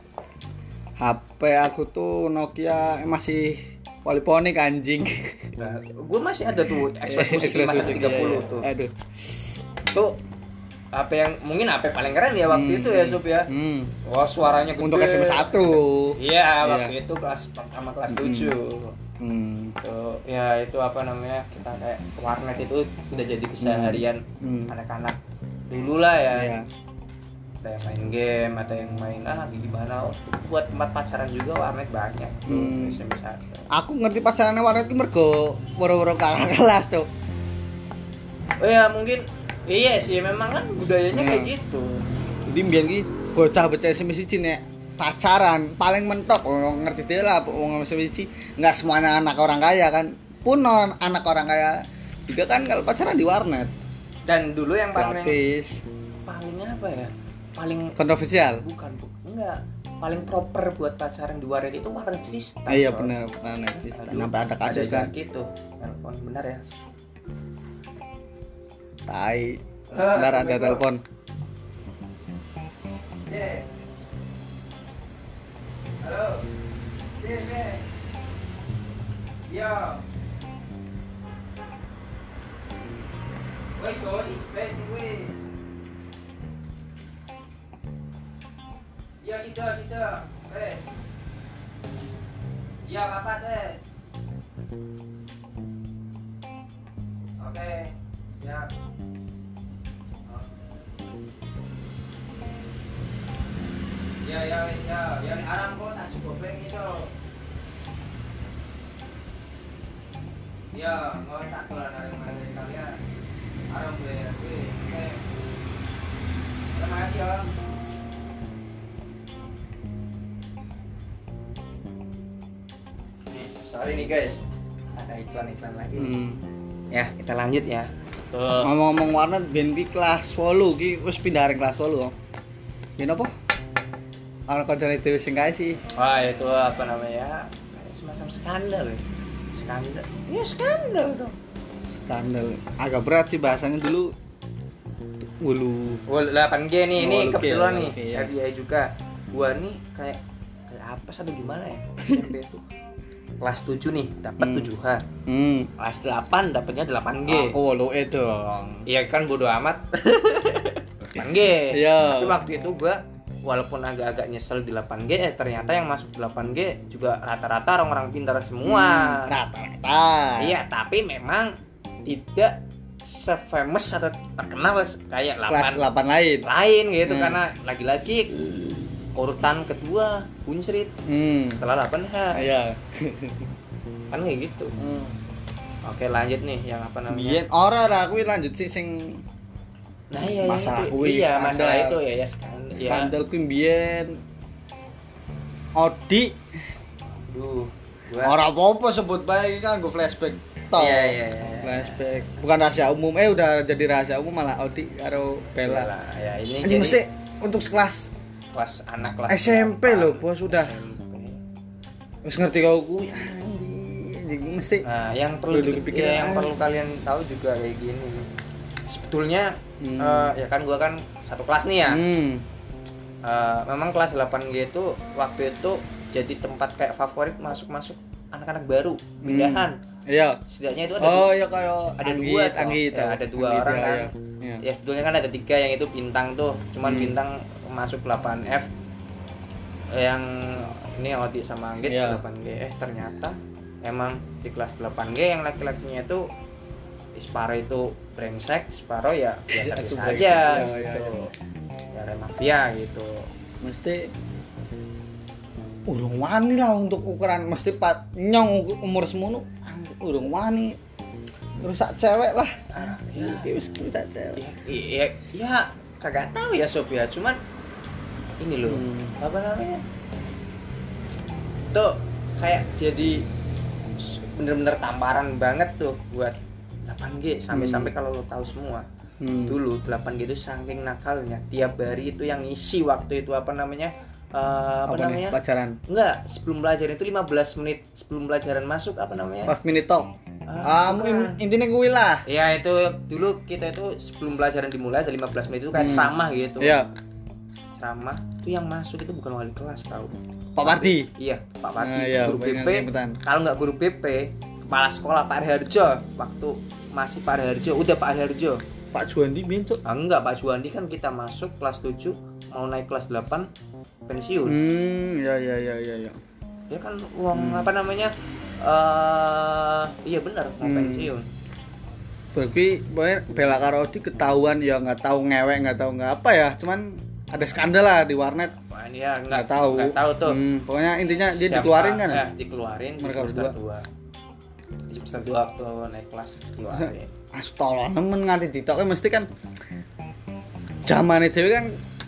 H P aku tuh Nokia masih Polyphonic anjing. Nah, gue masih ada tuh Express Music Express lima Music, tiga puluh iya, iya. tuh. Aduh. Tuh apa yang mungkin apa yang paling keren ya waktu Hmm, itu ya hmm, Sup ya. hmm. Wah suaranya gede. Untuk S M P satu. Iya, Iya. waktu itu kelas pertama kelas Hmm. tujuh. Hmm. Tuh, ya itu apa namanya? Kita kayak warnet itu udah jadi keseharian Hmm. anak-anak dulu lah ya. Iya. Ada yang main game, ada yang main ah gimana buat tempat pacaran juga warnet banyak tuh Hmm. S M P satu. Aku ngerti pacarannya warnet itu mergo woro-woro kakak kelas tuh. Oh ya mungkin iya sih memang kan budayanya Hmm. kayak gitu. Jadi biar ki bocah-bocah S M P siji nek pacaran paling mentok wong ngerti dhewe lah wong S M P siji enggak semuanya anak orang kaya kan. Pun non- anak orang kaya juga kan kalau pacaran di warnet. Dan dulu yang paling Gratis. paling apa ya? Paling Kontroversial. bukan bu, enggak paling proper buat pacaran di warnet itu warnet Tristan. Eh, iya Sob. benar, warnet Tristan. Aduh, Sampai ada kasus kan. gitu. Telepon benar ya. Tai. Ah, Bentar ada Assalamualaikum. telepon. Yeah. Halo. Yeah, yeah. Yo. Wes, bos, space wes. Ya, situ, situ. Wes. Ya, apa teh? Oke. Ya. Ya, ya, wes ya. Ya, ini aram kok tak cukup pengen itu. Ya, mau tak kelar dari mana sekalian. Aram boleh ya. Oke. Terima kasih, Om. Nih, sorry nih guys. Ada iklan-iklan lagi nih. Hmm. Ya, kita lanjut ya. Tuh. Ngomong-ngomong warnet ben ki kelas wolu ki wis pindah ring kelas wolu. Yen apa? Ana kancane dhewe sing kae sih. Wah, itu apa namanya? Kayak semacam skandal ya. Skandal. Ya skandal dong. Skandal. Agak berat sih bahasanya dulu. Wolu. Wah, delapan G nih, ini Oh, oke, kebetulan nih. oke, ya. F B I juga. Gua nih kayak kayak apa sih atau gimana ya? S M P itu kelas tujuh nih dapat Hmm. tujuh H. Hmm. Kelas delapan dapatnya delapan G. Aku wolu e dong. Iya kan bodo amat. delapan G. Iya. Tapi waktu itu gua walaupun agak-agak nyesel di delapan G, eh ternyata yang masuk delapan G juga rata-rata orang-orang pintar semua. Hmm, Rata-rata. Iya, tapi memang tidak se-famous atau terkenal kayak Kelas delapan delapan lain. lain gitu Hmm. karena lagi-lagi urutan kedua Unsrit Hmm. setelah delapan H. Iya. Kan kayak gitu. Hmm. Oke, lanjut nih yang apa namanya? Biyen ora ra kuwi lanjut sih sing Nah, iya masalah itu. kuwi, Iya, skandal. masalah itu ya ya skandal. Ya. skandal kuwi biyen Odi Duh, gua ora apa-apa sebut bae iki kan go flashback tok. Iya, iya, iya. Flashback. Bukan rahasia umum. Eh udah jadi rahasia umum malah Odi karo Bella. Bella. Ya, ini Anjing jadi mesti untuk sekelas kelas anak kelas S M P delapan. loh, Bos, udah. S M P. wis ngerti kau kuwi anjing. Anjing mesti Nah, yang perlu Perlu di- dipikir, ya, yang ah. perlu kalian tahu juga kayak gini nih. Sebetulnya Hmm. eh, ya kan gua kan satu kelas nih ya. Hmm. Eh, memang kelas delapan G itu waktu itu jadi tempat kayak favorit masuk-masuk anak-anak baru pindahan. Iya. Setidaknya itu ada Oh, iya kayak ada dua toh. Anggit, Ya, ada dua Anggit, orang ya, kan. iya. Iya. Ya sebetulnya kan ada tiga yang itu bintang tuh, cuman Hmm. bintang masuk delapan F, yang ini Odi sama Anggit Iya. delapan G. Eh ternyata emang di kelas delapan G yang laki-lakinya itu separuh itu brengsek, separuh ya biasa-biasa Brengsek, aja iya, iya, gitu. iya. Ya rem mafia gitu. Mesti urung wani lah untuk ukuran mesti pat nyong umur semono urung wani rusak cewek lah. Ah, Ya, ya, wis rusak cewek. ya, ya, ya kagak tahu ya Sob ya, cuman ini loh Hmm. apa namanya tuh kayak jadi bener-bener tamparan banget tuh buat delapan G sampai-sampai kalau lo tahu semua Hmm. dulu delapan G itu saking nakalnya tiap hari itu yang ngisi waktu itu apa namanya eh, apa, Apa nih, namanya pelajaran? enggak sebelum pelajaran itu lima belas menit sebelum pelajaran masuk apa namanya five minute talk. Ah, Ah, bukan. intinya kuwi lah. ya itu dulu kita itu sebelum pelajaran dimulai ada lima belas menit itu kayak Hmm. ceramah gitu Iya. ceramah itu yang masuk itu bukan wali kelas tahu Pak Pardi. iya Pak Pardi Ah, iya, guru B ingat- P ingetan. kalau nggak guru B P kepala sekolah Pak Harjo waktu masih Pak Harjo udah Pak Harjo Pak Juandi biyen, Cuk. ah, enggak Pak Juandi kan kita masuk kelas tujuh mau naik kelas delapan pensiun Hmm, ya ya ya ya ya. ya kan uang apa namanya eh iya benar mau Hmm. pensiun Berarti pokoknya Bella karo Odi ketahuan ya nggak tahu ngewek, nggak tahu nggak apa ya, cuman ada skandal lah di warnet. Wah, ini ya Nggak nggak tahu. nggak tahu tuh Hmm, pokoknya intinya dia Siapa- dikeluarin kan? ya, dikeluarin di Mereka semester berdua. dua di semester dua waktu naik kelas dikeluarin Astola nemen nganti ditoknya mesti kan zamane dhewe kan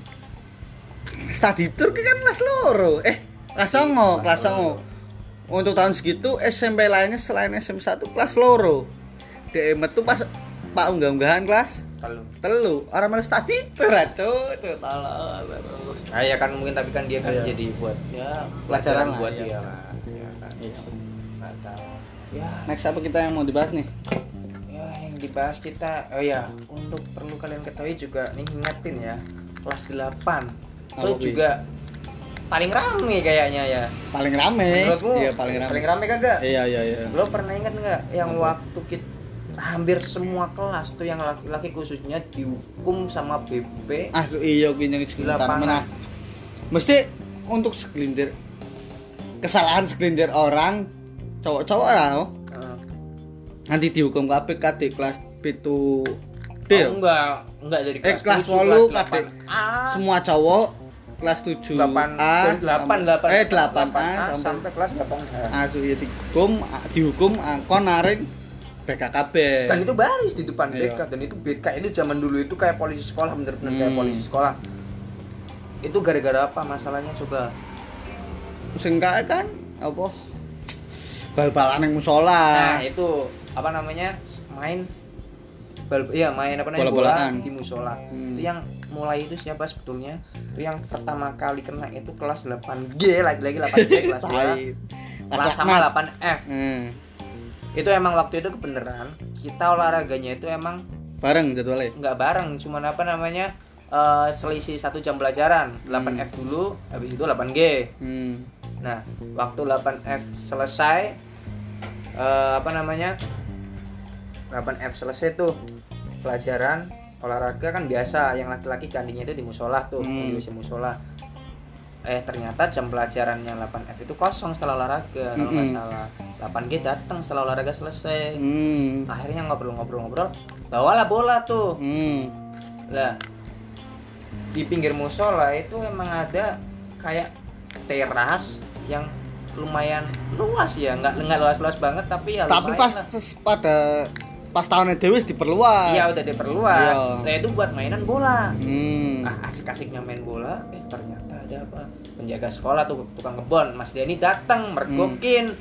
study tour ki kan kelas loro. Eh, kelas songo, kelas songo. Untuk tahun segitu S M P lainnya selain S M P satu kelas loro. Dek metu pas Pak unggah-unggahan kelas Telu. Telu. Orang melu tadi teraco, itu tolol. Nah, ya kan mungkin tapi kan dia kan Iya. jadi buat ya Pelajaran lah, buat iya. dia lah. Ya kan. Iya. Nggak tahu. Ya, Next apa kita yang mau dibahas nih? ya yang dibahas kita. Oh ya, untuk perlu kalian ketahui juga nih ingetin ya. Kelas delapan. Itu Apa, Pi? juga paling rame kayaknya ya. Paling rame. Menurutmu Iya, paling rame. Paling rame kagak? Iya, iya, iya. Lo pernah ingat nggak yang Apa? waktu kita hampir semua kelas tuh yang laki-laki khususnya dihukum sama B P Ah, so, iya kuwi yang segelintir lapangan. menah. Mesti untuk segelintir kesalahan segelintir orang cowok-cowok lah no? Heeh. Nanti dihukum kabeh kadek kelas pitu D. Oh, enggak, enggak dari Eh, kelas, kelas tujuh, wolu, kelas kadek. delapan A, Semua cowok kelas tujuh delapan, A, delapan, delapan, eh delapan A A sampai sampai kelas delapan A. asu ya dihukum dihukum kon naring B K K B. Dan itu baris di depan Iya. B K, dan itu B K itu zaman dulu itu kayak polisi sekolah, bener-bener kayak Hmm. polisi sekolah. Itu gara-gara apa masalahnya coba? Sing kae kan apa bal-balan ning musola. Nah, itu apa namanya? Main bal iya main apa namanya? Bola Bola-bolaan. di musola. Hmm. Itu yang mulai itu siapa sebetulnya? Itu yang pertama kali kena itu kelas delapan G, lagi-lagi delapan G kelas dua. Pahit. Kelas sama delapan F. Hmm. Itu emang waktu itu kebenaran kita olahraganya itu emang Bareng jadwalnya. nggak bareng, cuman apa namanya? eh, selisih satu jam pelajaran. delapan F Hmm. dulu, habis itu delapan G. Hmm. Nah, waktu delapan F selesai eh, apa namanya? delapan F selesai tuh pelajaran olahraga kan biasa, yang laki-laki gantinya itu di musola tuh, Hmm. di W C musola. Eh ternyata jam pelajarannya delapan F itu kosong setelah olahraga kalau nggak Mm-mm. salah. delapan G datang setelah olahraga selesai. Hmm. Akhirnya ngobrol-ngobrol-ngobrol, bawalah bola tuh. Hmm. Lah di pinggir musola itu emang ada kayak teras yang lumayan luas ya, nggak nggak luas-luas banget tapi ya Tapi lumayan pas lah. ses- pada pas tahunnya Dewi diperluas. Iya udah diperluas. Iya. Nah itu buat mainan bola. Hmm. Ah asik-asiknya main bola, eh ternyata ada apa? Penjaga sekolah tuh tukang kebon, Mas Denny datang mergokin.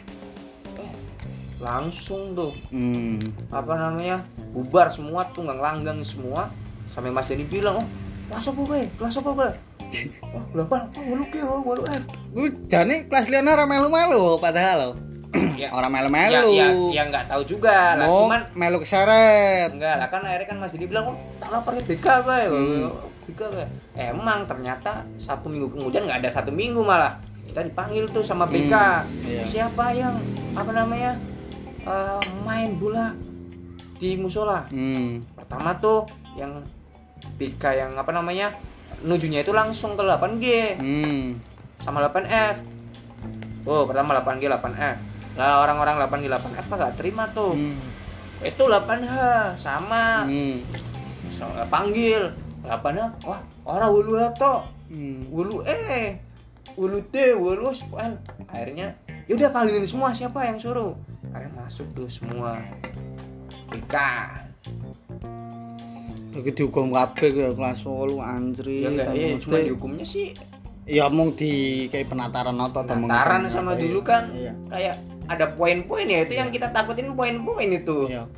eh langsung tuh Hmm. apa namanya bubar semua, tunggang langgang semua, sampai Mas Denny bilang, oh kelas apa gue? Kelas apa gue? Oh delapan, oh walu ke, oh walu F. Gue jane kelas Leona ora melu-melu padahal lo. Ya, Orang ya, melu-melu. ya, ya nggak tahu juga lah, Mau cuman melu keseret. enggak lah kan akhirnya kan Mas Denny bilang, oh tak lapor ke B K gue, Hmm. B K gue. Emang ternyata satu minggu kemudian nggak ada satu minggu malah kita dipanggil tuh sama B K. Hmm, iya. Siapa yang apa namanya eh, main bola di musola? Hmm. Pertama tuh yang B K yang apa namanya nujunya itu langsung ke delapan G Hmm. sama delapan F. Oh pertama delapan G delapan F. Lah orang-orang delapan G delapan F kan gak terima tuh. Hmm. Itu delapan H sama. Hmm. So, panggil delapan H. Wah orang wulu to, Hmm. wulu E, wulu D, wulu S. Wah, akhirnya yaudah panggilin semua, siapa yang suruh. Akhirnya masuk tuh semua B K. Iki dihukum kabeh ke kelas wolu anjri. Ya enggak, ya Mesti- cuma dihukumnya sih Ya mung di kayak penataran atau penataran sama dulu kan Iya. kayak ada poin-poin ya, itu yang kita takutin poin-poin itu. Iya.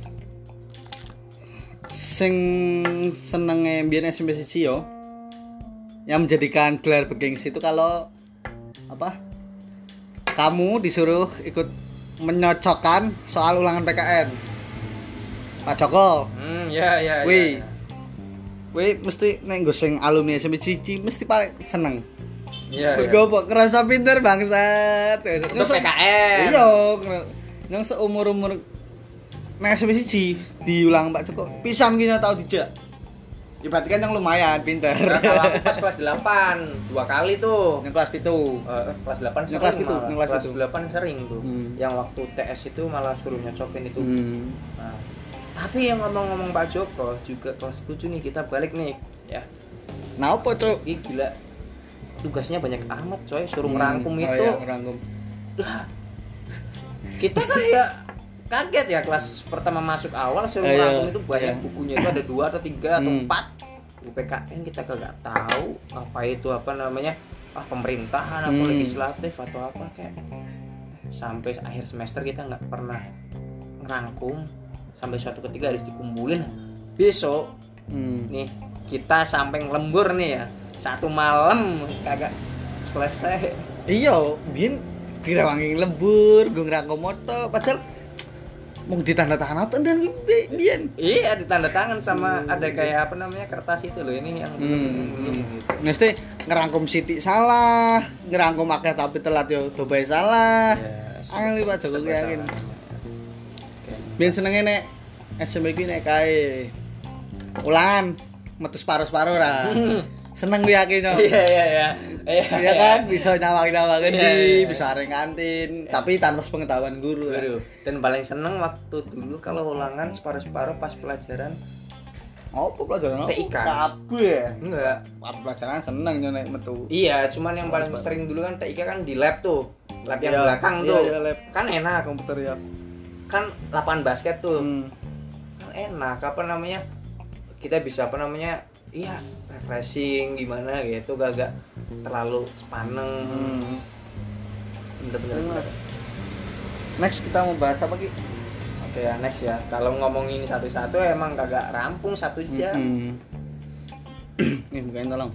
Sing senenge mbiyen S M P siji yo. Yang menjadikan gelar bergengsi itu kalau apa? Kamu disuruh ikut menyocokkan soal ulangan P K N. Pak Joko, Hmm, ya ya. Wih. ya. kowe mesti nek nggo sing alumni S M P siji mesti paling seneng. Iya. Mergo apa? Ngerasa pinter bangsat. Untuk P K N. Iya, yang seumur-umur nek S M P siji diulang Pak Joko. Pisan ki tau dijak. Ya berarti kan yang lumayan pinter. Nah, kalau aku pas kelas delapan dua kali tuh. Yang kelas pitu. Eh, kelas delapan Yang sering kelas pitu, malah. yang kelas kelas pitu. delapan sering tuh. Hmm. Yang waktu T S itu malah suruh nyocokin itu. Hmm. Nah, tapi yang ngomong-ngomong Pak Joko juga kelas tujuh nih kita balik nih ya. Nah, apa, Cuk? Ih gila. Tugasnya banyak amat coy, suruh Hmm. ngerangkum Oh, itu. iya, ngerangkum. Lah, kita kan ya kaget ya kelas pertama masuk awal suruh Iya, ngerangkum itu banyak iya. bukunya itu ada dua atau tiga atau Hmm. empat. Di P K N kita kagak tahu apa itu apa namanya ah pemerintahan atau Hmm. legislatif atau apa kayak sampai akhir semester kita nggak pernah ngerangkum sampai suatu ketika harus dikumpulin besok Hmm. nih kita sampai lembur nih ya satu malam kagak selesai. Iya, biyen direwangi lembur, gue ngerangkau motor, padahal mau ditanda tangan dan biyen. Iya ditanda tangan sama ada kayak apa namanya kertas itu loh ini yang Hmm. belum gitu. Mesti ngerangkum Siti salah, ngerangkum akeh tapi telat yo dobae salah. Ya, Angel Pak Joko serba yakin. salah. Oke. Biyen senenge nek S M P iki nek kae ulangan metu separo-separo ra. Seneng gue yakin yo. Iya iya iya. Iya Iya kan bisa nyawang-nyawang Iya, di, iya, iya. bisa areng kantin, tapi tanpa pengetahuan guru. Ra. Aduh, dan paling seneng waktu dulu kalau ulangan separuh-separuh pas pelajaran Apa pelajaran? T I K. Kabeh ya. enggak. Apa pelajaran seneng yo nek metu. Iya, cuman yang paling sering dulu kan T I K kan di lab tuh. Lab yang Iya, belakang iya, tuh. iya, lab. Kan enak. Komputer ya. Kan lapangan basket tuh. Hmm. Kan enak apa namanya? Kita bisa apa namanya? Iya, refreshing gimana gitu, gak, gak terlalu sepaneng. Hmm. Bener-bener. Next kita mau bahas apa Ki? Oke ya, next ya. Kalau ngomongin satu-satu emang kagak rampung satu jam. Hmm. Nih bukain tolong.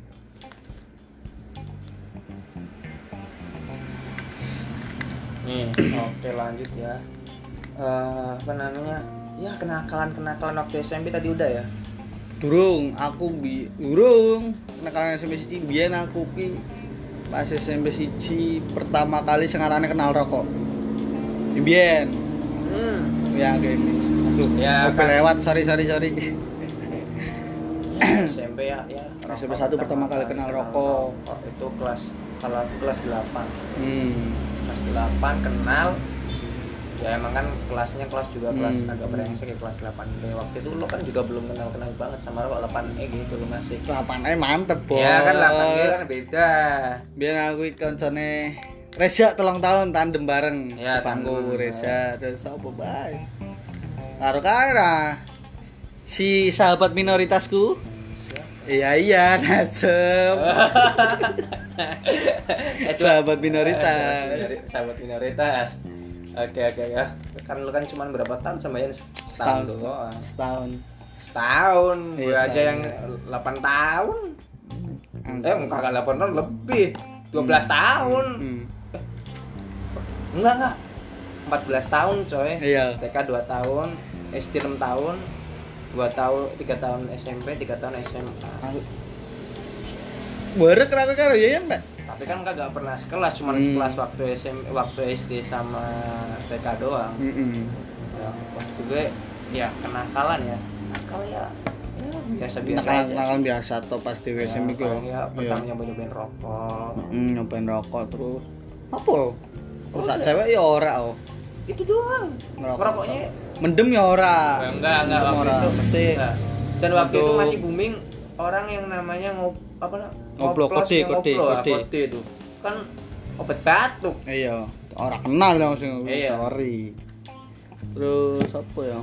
Nih, oke lanjut ya. Eh, apa namanya? Ya kenakalan-kenakalan waktu S M P tadi udah ya. Durung, aku bi durung kenakalan S M P siji biyen aku ki pas S M P siji pertama kali sengarane kenal rokok. Biyen. Hmm. Ya gini. Aduh, Ya, mobil kan. lewat, sorry sorry sorry. Ya, S M P ya, ya. S M P satu pertama kali kenal rokok. rokok. Itu kelas kalau aku kelas delapan. Hmm. Kelas delapan kenal. Ya emang kan kelasnya kelas juga kelas Hmm. agak brengsek ya kelas delapan B. Waktu itu lo kan juga belum kenal-kenal banget sama rokok delapan E gitu lo masih. delapan E mantep, Bos. Ya kan delapan B kan beda. Biar aku iki koncone Reza telung tahun tandem bareng Ya, sebangku tandem. Reza terus apa bae. Karo Kara si sahabat minoritasku. Iya iya Nasem. Eh, Sahabat minoritas. Minori- Sahabat minoritas. Oke oke ya. Kan lu kan cuma berapa tahun sama Yan? Setahun Setahun doang. setahun. Setahun. Iya, Gue aja setahun. yang delapan tahun. Angka. Eh kagak delapan tahun lebih. dua belas tahun. Hmm. Enggak enggak. empat belas tahun coy. Iya. T K dua tahun, S D enam tahun, dua tahun, tiga tahun S M P, tiga tahun S M A. Aku Barek karo karo ya Mbak. Tapi kan kagak pernah sekelas, cuma Hmm. sekelas waktu S M waktu S D sama T K doang. Heeh. Ya, waktu gue ya kenakalan ya. Nakal ya. Ya biasa-biasa Nakalan aja. nakalan sih. biasa to pas di S M P Ya, ku. paling ya pertama nyoba-nyobain rokok. Hmm, nyobain rokok terus. Apa? Terus sak Udah. cewek ya ora oh. Itu doang. Ngerokok. Rokoknya Mendem ya ora. enggak enggak enggak Mendem waktu ora. itu Mesti enggak. Dan waktu itu untuk- masih booming orang yang namanya ngop apa na- Ngoplo, ngoplos kode, yang kode, ngoplo, ah, kode. kode itu. Kan obat batuk. iya, ora kenal langsung Iya. sorry. Terus apa ya?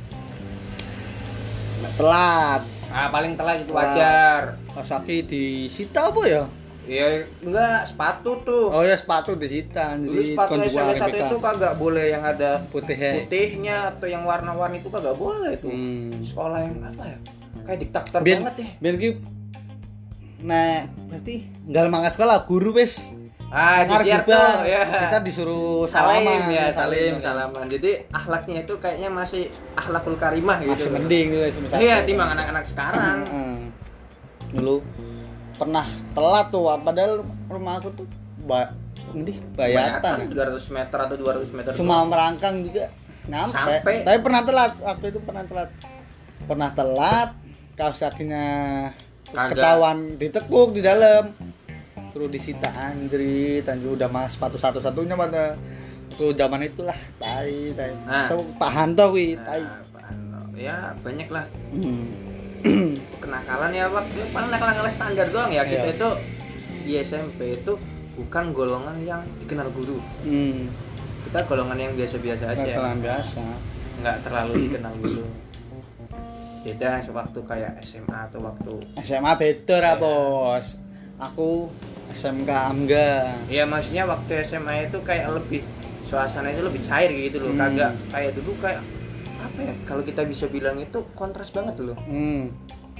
Nek telat. Ah paling telat itu Telat. wajar. Kawasaki disita apa ya? Ya enggak sepatu tuh. Oh ya sepatu disita Dulu jadi sepatu kon S juga M P satu R B K. itu kagak boleh yang ada Putihnya. putihnya atau yang warna-warni itu kagak boleh tuh. Hmm. Sekolah yang apa ya? Kayak diktator Biar banget ya. biar ki nah berarti enggak mangga sekolah guru wis Ah, ngarep jijiar gibah. tuh ya. Kita disuruh Salim salaman ya, salim, salaman. Jadi akhlaknya itu kayaknya masih akhlakul karimah gitu. Masih mending dulu S M P satu. Iya, timbang anak-anak sekarang. Heeh. Dulu pernah telat tuh, padahal rumah aku tuh ba ini bayatan. tiga ratus meter atau dua ratus meter. Cuma doang. merangkang juga nyampe. Sampai. Tapi pernah telat, waktu itu pernah telat. Pernah telat, Kawasakinya Kagak. ketahuan ditekuk di dalam. Suruh disita anjrit, anjir udah mas sepatu satu-satunya pada tuh zaman itulah, tai tai. Nah. So, Pak Hanto kuwi, tai. Nah, Pak Ano. Ya, banyak lah. Hmm. Kenakalan ya waktu paling nakal-nakal standar doang ya. Kita Iya. itu di S M P itu bukan golongan yang dikenal guru. Hmm. Kita golongan yang biasa-biasa aja. Nakalan biasa. Nggak terlalu dikenal guru. Beda sewaktu kayak S M A atau waktu S M A beda Iya. lah, Bos. Aku S M K Amga. ya maksudnya waktu S M A itu kayak lebih suasana itu lebih cair gitu loh. Hmm. Kagak kayak dulu kayak apa ya? Kalau kita bisa bilang itu kontras banget loh. Hmm.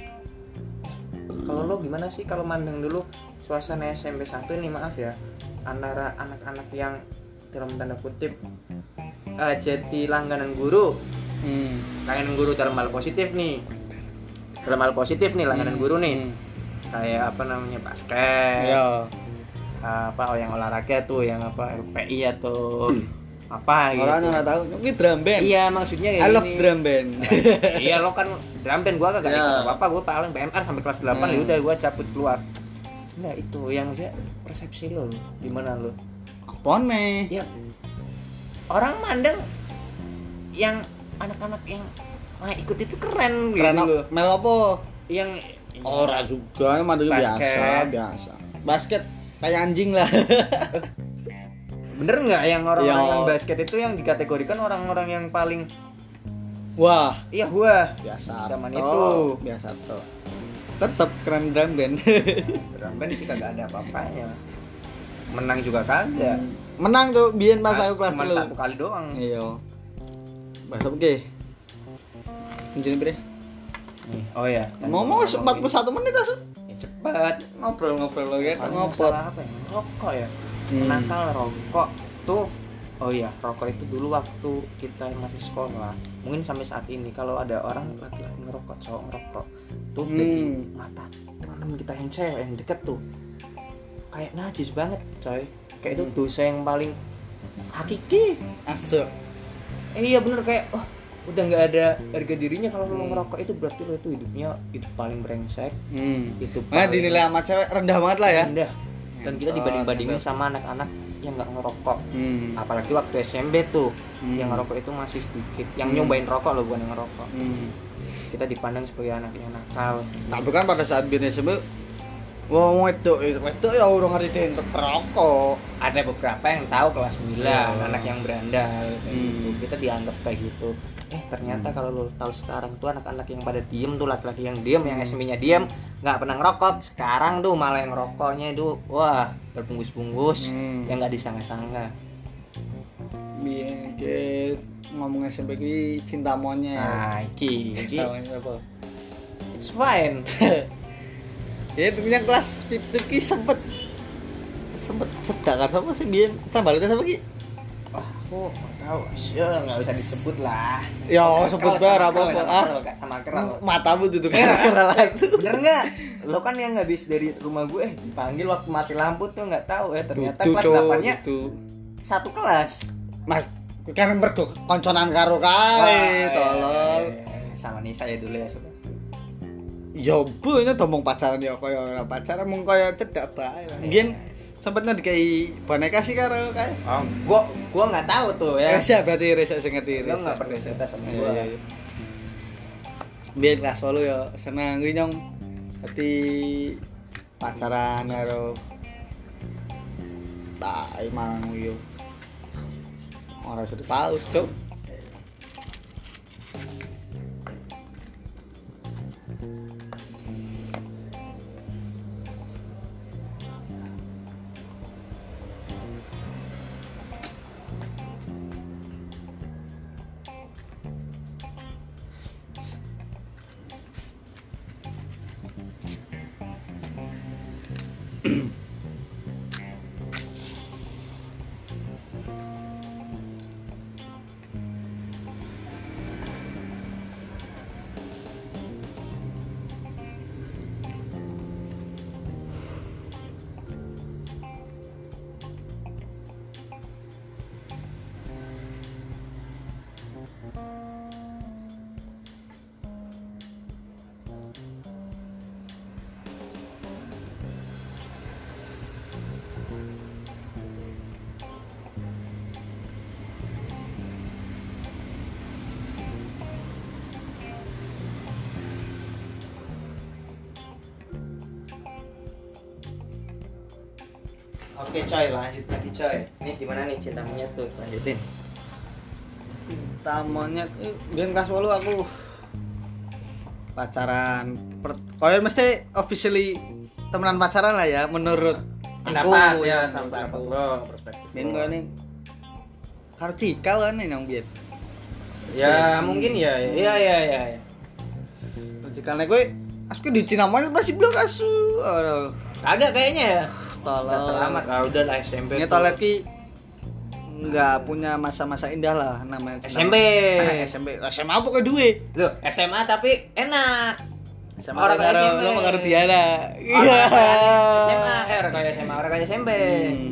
Kalau lo gimana sih kalau mandang dulu suasana S M P satu ini, maaf ya, antara anak-anak yang dalam tanda kutip uh, jadi langganan guru, Hmm. langganan guru dalam hal positif nih, dalam hal positif nih langganan Hmm. guru nih, Hmm. kayak apa namanya basket, Ya. apa oh yang olahraga tuh, yang apa L P I atau apa gitu. Orang nggak tahu, ini drum band. Iya maksudnya kayak I love gini. drum band. Iya lo kan drum band, gua kagak Ya. ikut apa-apa, gua paling B M R sampai kelas delapan Hmm. ya udah gua cabut keluar. Nah itu yang maksudnya persepsi lo gimana lo? Apa nih? Ya orang mandang yang anak-anak yang ah, ikut itu keren, Keren gitu loh. mel apa? Yang Ora juga, mah dulu biasa, Basket. biasa. Basket kayak anjing lah. bener nggak yang orang-orang Ya. yang basket itu yang dikategorikan orang-orang yang paling Wah, iya gua biasa. Zaman toh. itu. biasa tuh. Tetap keren drum band. drum band sih kagak ada apa-apanya. Menang juga kagak. Menang tuh biyen pas aku kelas Cuma telu. satu kali doang. Iya. Bahasa oke. Anjing bre. Nih, oh ya. Ngomong wis empat puluh satu menit asu. Ya, cepat. Ngobrol-ngobrol lagi kan Paling ngobrol. masalah apa ya? Rokok ya. Hmm. Nakal rokok tuh. Oh iya, rokok itu dulu waktu kita masih sekolah. Mungkin sampai saat ini kalau ada orang laki-laki ngerokok, cowok ngerokok, tuh Hmm. di mata teman kita yang cewek yang deket tuh kayak najis banget, coy. Kayak itu Hmm. dosa yang paling hakiki. Asu. Eh, iya bener kayak oh udah nggak ada harga dirinya kalau lo Hmm. ngerokok, itu berarti lo itu hidupnya hidup paling brengsek, Hmm. hidup Nah, paling dinilai sama cewek rendah banget lah ya. rendah. Dan kita Oh, dibanding-bandingin rendah. sama anak-anak yang nggak ngerokok. Hmm. Apalagi waktu S M B tuh Hmm. yang ngerokok itu masih sedikit, yang Hmm. nyobain rokok lo bukan yang ngerokok. Hmm. Kita dipandang sebagai anak yang nakal. Tapi kan pada saat biyen S M P wong wedok wedok ya ora ngerti den rokok. Ada beberapa yang tahu kelas sembilan, Ya. anak yang berandal kayak Hmm. gitu. Kita dianggap kayak gitu. Eh ternyata kalau lo tahu sekarang tuh anak-anak yang pada diem tuh, laki-laki yang diem, yang S M P-nya diem, nggak pernah ngerokok. Sekarang tuh malah yang rokoknya itu wah berbungkus-bungkus, Hmm. yang nggak disangka-sangka. Biyen ke ngomong S M P ki cinta monyet. Nah, iki, iki Cinta monyet apa? it's fine. Ya punya kelas itu ki sempet sempet cedak kan sama sih biyen sambal itu sama ki. Wah, aku nggak tahu, sih nggak usah disebut lah. Ya, Sama sebut keral, bae, sama apa-apa. keral, Ah. sama keral, sama keral. Matamu tutup Eh, karena langsung. Bener nggak? Lo kan yang habis dari rumah gue eh, dipanggil waktu mati lampu tuh nggak tahu eh ternyata Tutu, kelas Cok, delapan-nya tutu. satu kelas. Mas kan mergo konconan karo kae, tolong. Eh, sama Nisa ya dulu ya sobat. Ya bu, ini ngomong pacaran ya kaya ora pacaran mung kaya cedak bae. Biyen sempetnya dikai boneka sih karo kae. Oh, gua gua nggak tahu tuh ya. Ya berarti Reza sing ngerti. Lo Reza. nggak pernah cerita sama Iya, gua. iya, iya. Biyen kelas wolu ya seneng kuwi nyong dadi pacaran karo tai mang yo. Ora usah dipaus, Cuk. Oke coy, lanjut lagi coy. Nih gimana nih cinta monyet tuh? Lanjutin. Cinta monyet eh, biyen kelas wolu aku pacaran per, kaya mesti officially temenan pacaran lah ya menurut Pendapat aku, ya, menurut sampai aku. lo perspektif. Biyen lo. kaya nih karo cikal kan nih nang biyen. Ya mungkin ya. Iya iya iya. Karena gue aku di Cina monyet masih blok asu. Aduh. Kagak kayaknya ya. Tolong. Teramat. Ah udah lah S M P. Ini toilet ki nggak punya masa-masa indah lah namanya. S M P. Ah, S M P. S M A apa ke duwe? Loh, S M A tapi enak. S M A Orang kayak S M P. lo mengerti ada. Iya. S M A eh orang kayak S M A, orang kayak S M P.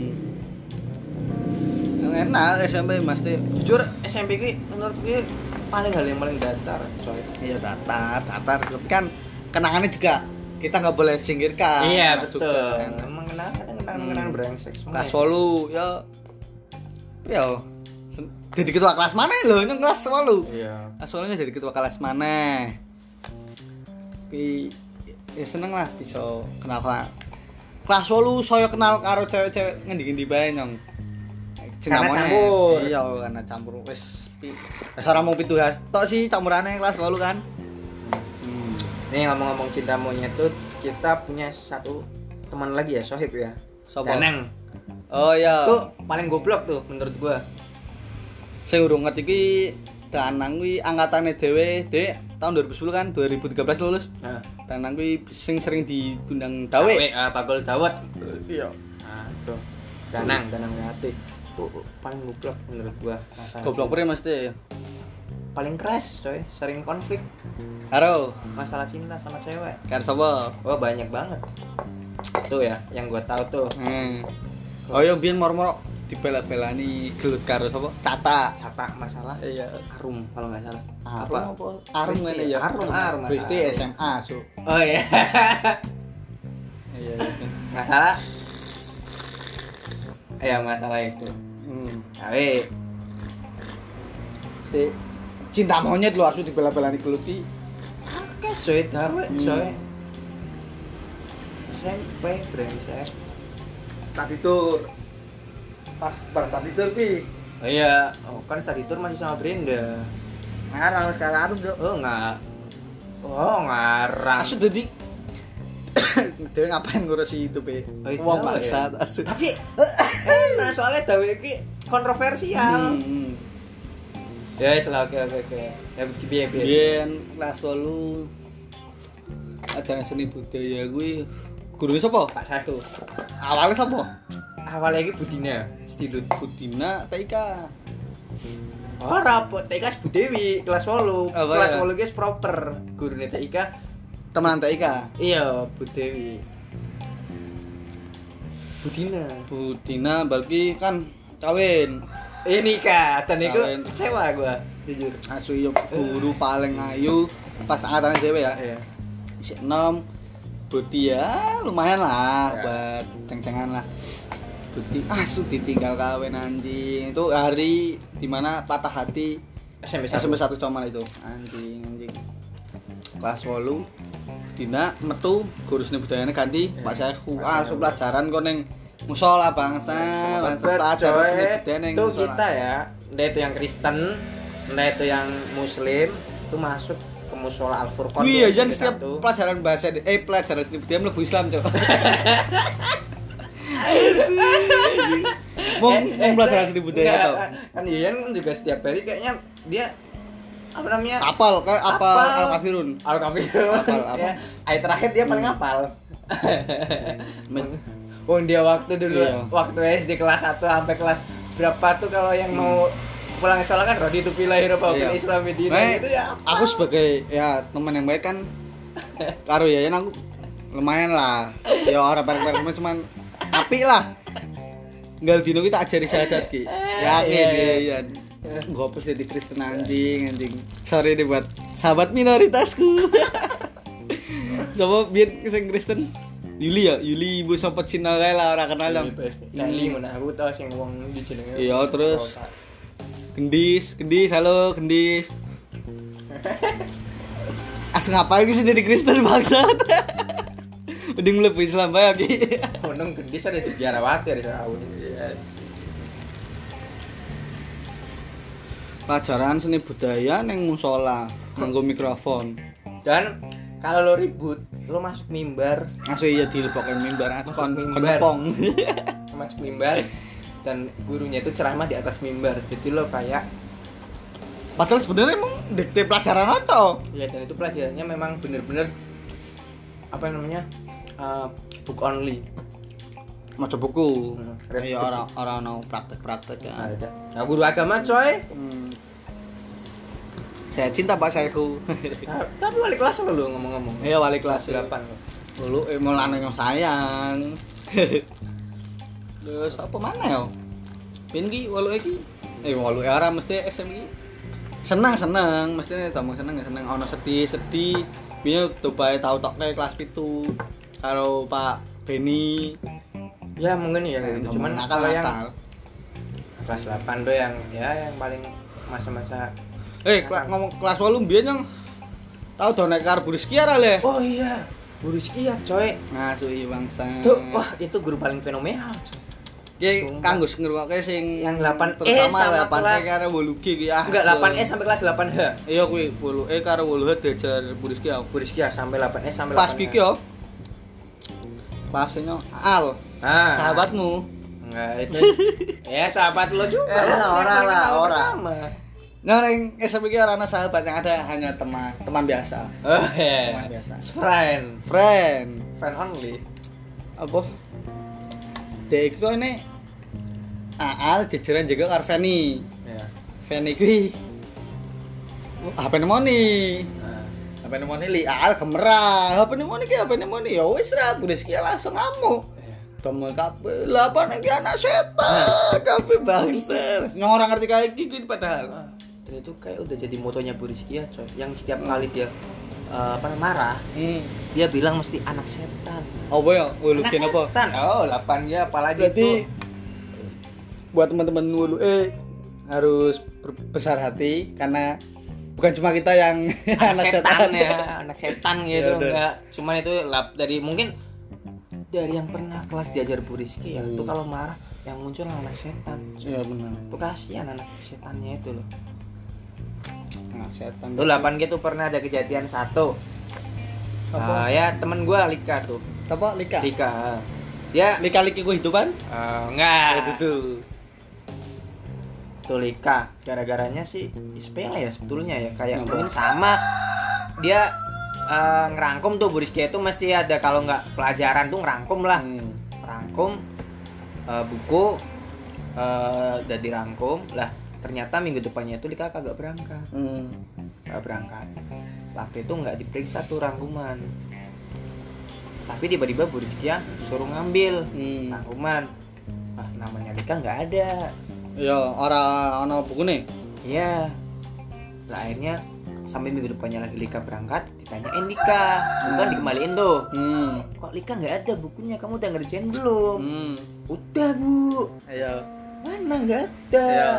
Hmm. Enak S M P pasti. Jujur S M P ki menurut gue paling hal yang paling datar, coy. Iya datar, datar. Tapi kan kenangannya juga kita nggak boleh singkirkan. Iya betul. Juga, kan. Emang kenapa kan kenangan-kenangan brengsek semua. Kelas sepuluh ya. Ya. sen- Jadi ketua kelas mana lo? Yang kelas sepuluh. Iya. Kelas sepuluh jadi ketua kelas mana? Tapi ya seneng lah bisa kenal lah. Kelas sepuluh saya kenal karo cewek-cewek ngendi-ngendi bae nyong. Karena Cinta monyet. campur. Iya, karena campur wis pi. Wis ora mung pitu has. Tok sih campurane kelas sepuluh kan. Hmm. Nih ngomong-ngomong cinta monyet tuh kita punya satu teman lagi ya, Sohib ya. Sopo? Daneng. Oh iya. Tuh paling goblok tuh menurut gua. Sing urung ngerti ki Danang kuwi angkatane dhewe, Dek, tahun dua ribu sepuluh kan, dua ribu tiga belas lulus. Nah, Danang kuwi sing sering diundang Dawe. Dawe, ah, Pagol Dawet. Iya. Nah, tuh. Danang, Danang Yati. Tuh paling goblok menurut gua. Masalah Goblok pure mesti. paling keras, coy. Sering konflik Haro, masalah cinta sama cewek. kan sapa? Wah, banyak banget. Tuh ya, yang gua tahu tuh. Hmm. Oh yo biyen mor-mor dibela-belani gelut karo sapa? Cata. Cata masalah Iya. Arum kalau nggak salah. Apa? Arum Pristi, ngene ya. Arum, Arum. Pristi Arum. S M A, Su. Oh iya. Iya. Masalah. Ya masalah itu. Hmm. Tapi Si cinta monyet lo asu dibela-belani gelut ki. oke coy, dawe Hmm. coy. S M P brengsek. Tadi tur. Pas pada tadi tur pi. Oh iya, oh, kan saat itu masih sama Brenda. Ngarang sekarang arum, Dok. Oh enggak. Oh ngarang. Asu dadi Dewe ngapain ngurusi itu, Pe? Oh, itu Wong apa bangsat ya? asu. Tapi enak soalnya dawe iki kontroversial. Hmm. Ya wis lah, oke oke oke. Ya piye piye. Biyen kelas delapan ajaran seni budaya kuwi gurune sapa? Pak Sahu. Awalnya sapa? Awalnya iki Budina, Stilut. Budina T I K. Ora, po T I K Bu Dewi kelas wolu. Apa Kelas ya? wolu guys proper. Gurune T I K. Teman T I K. Iya, Bu Dewi. Budina. Budina bagi kan kawin. Eh nikah, dan itu Kawin. kecewa gua, jujur. Asu yo guru paling ayu pas angkatan dhewe ya. Iya. Isih enam. Budi ya lumayan lah Ya. buat ceng-cengan lah. Budi asu ditinggal kawin anjing. Itu hari dimana patah hati S M P S M P satu. satu comal itu. Anjing anjing. Kelas delapan Dina metu guru seni budayanya ganti Ya. Pak Syekhu. Pak Ah, Syekhu. su pelajaran kon ning musola bangsa, bangsa pelajaran seni budaya ning Itu musola. kita ya, entah itu yang Kristen, entah itu yang Muslim, itu masuk ke musola Al Furqan. Wih, iya tuh, jan S M P setiap satu. pelajaran bahasa eh pelajaran seni budaya mlebu Islam, Cok. Mau Eh, eh, mau pelajaran seni budaya enggak, tau. kan Ian kan juga setiap hari kayaknya dia apa namanya? Apal kayak apa Apal. Al-Kafirun. Al-Kafirun. Apal, apa? Ya, ayat terakhir dia paling hafal. Men- Oh, dia waktu dulu Iya. waktu S D kelas satu sampai kelas berapa tuh kalau yang mau pulang sekolah kan rodi itu pilih apa Iya. pilih Islam Medina Nah, gitu ya. aku sebagai ya teman yang baik kan karo Yayan aku lumayan lah. Ya ora bareng-bareng cuman apik lah. Nggal dino kita ajari syahadat ki. Yakin Iya, ya iya. Yan. Gua hapus jadi Kristen anjing anjing. Sorry nih buat sahabat minoritasku. Coba biar sing Kristen Yuli ya, Yuli ibu sapa Cina kae lah ora kenal dong. Cali ngono aku tau sing wong di jenenge. Iya, terus Gendis, Gendis, halo Gendis. Asal ngapain sih jadi Kristen bangsat? Mending mlebu Islam bae iki. Gunung gendis ada di biarawati ada Sarawak. Pelajaran seni budaya neng musola nganggo mikrofon. Dan kalau lo ribut, lo masuk mimbar, Asu iya dilebokke mimbar Masuk kon mimbar. konpong. masuk mimbar dan gurunya itu ceramah di atas mimbar. Jadi lo kayak Padahal sebenarnya emang dikte pelajaran atau? Ya dan itu pelajarannya memang bener-bener apa namanya uh, book only. Maca buku. Hmm, Ya orang orang no praktek-praktek ya. Ada. Nah, guru agama coy. Hmm. Saya cinta Pak Saiku. Tapi wali kelas lo lu ngomong-ngomong. Iya wali kelas delapan. Dulu eh mulane yang sayang. Terus apa mana ya? Pin ki walu iki. Eh walu era mesti S M ki. Senang-senang, mesti tambah seneng seneng ono sedih-sedih. Biyen coba tahu tok kayak kelas pitu karo Pak Beni. Ya mungkin ya kayak gitu. Cuman nakal kalau yang nakal. kelas delapan tuh yang ya yang paling masa-masa. Eh, kela- ngomong kelas delapan mbiyen yang tahu do nek karo Buriskia ra le. Oh iya, Bu Rizky ya coy. Ngasuhi bangsa. Tuh, wah itu guru paling fenomenal coy. Ki kanggo ngrungokke sing Yang delapan E terutama sama delapan E kelas- karo delapan G ki ah. Enggak, delapan E sampai kelas delapan H. Iya kuwi delapan E karo delapan H diajar Buriskia. Bu Rizky ya sampai delapan E sampai Pas delapan H. iki yo. Kelasnya Al. Ah, Sahabatmu. enggak itu. Ya sahabat lo juga. Eh, lo yang ora paling lah, kenal ora. pertama. Nah, ning S M P ki ora ana sahabat yang ada hanya teman, teman biasa. Oh Teman iya. biasa. Friend. Friend. Friend only. Apa? Dek kok ini Aal jajaran juga karo Feni. Ya. Feni kuwi H P nemoni. Nah. H P nemoni li Aal gemerah. H P nemoni ki H P nemoni ya wis ra Buriskia langsung ngamuk. Temen kabeh lah apa nek anak setan kabeh bangster. Yang orang ngerti kayak gitu padahal. Ah, dan itu kayak udah jadi motonya Bu Rizky ya coy. Yang setiap kali dia uh, apa namanya marah, Hmm. dia bilang mesti anak setan. Apa ya? Wulu Anak gen apa? setan. Oh, delapan ya apalagi Berarti itu. buat teman-teman wulu eh harus ber- besar hati karena bukan cuma kita yang anak setan ya, anak setan gitu Ya udah. enggak. Cuman itu lap dari mungkin dari yang pernah kelas diajar Bu Rizky ya, Hmm. tuh kalau marah yang muncul anak setan. Iya benar. Tuh kasihan anak setannya itu loh. Nah, setan. Tuh delapan gitu pernah ada kejadian satu. Apa? Ah, ya temen gua Lika tuh. Apa Lika? Lika. Dia Lika-liki kehidupan? eh, enggak. Itu tuh. Tuh Lika. Gara-garanya sih sepele ya sebetulnya ya, kayak Apa? mungkin sama dia eh, ngerangkum tuh Bu Rizky itu mesti ada kalau nggak pelajaran tuh ngerangkum lah. Hmm. Rangkum uh, buku uh, udah dirangkum lah, ternyata minggu depannya itu Lika kagak berangkat Hmm. kagak berangkat waktu itu nggak diperiksa tuh rangkuman, tapi tiba-tiba Bu Rizky ya suruh ngambil Hmm. rangkuman. Ah, namanya Lika nggak ada. Ya, ora ana bukune. Iya lah, akhirnya sampai minggu depannya lagi Lika berangkat ditanyain Lika, bukan dikembaliin tuh. Hmm. Kok Lika nggak ada bukunya, kamu udah ngerjain belum? Hmm. Udah Bu. Iya. Mana nggak ada. Iya.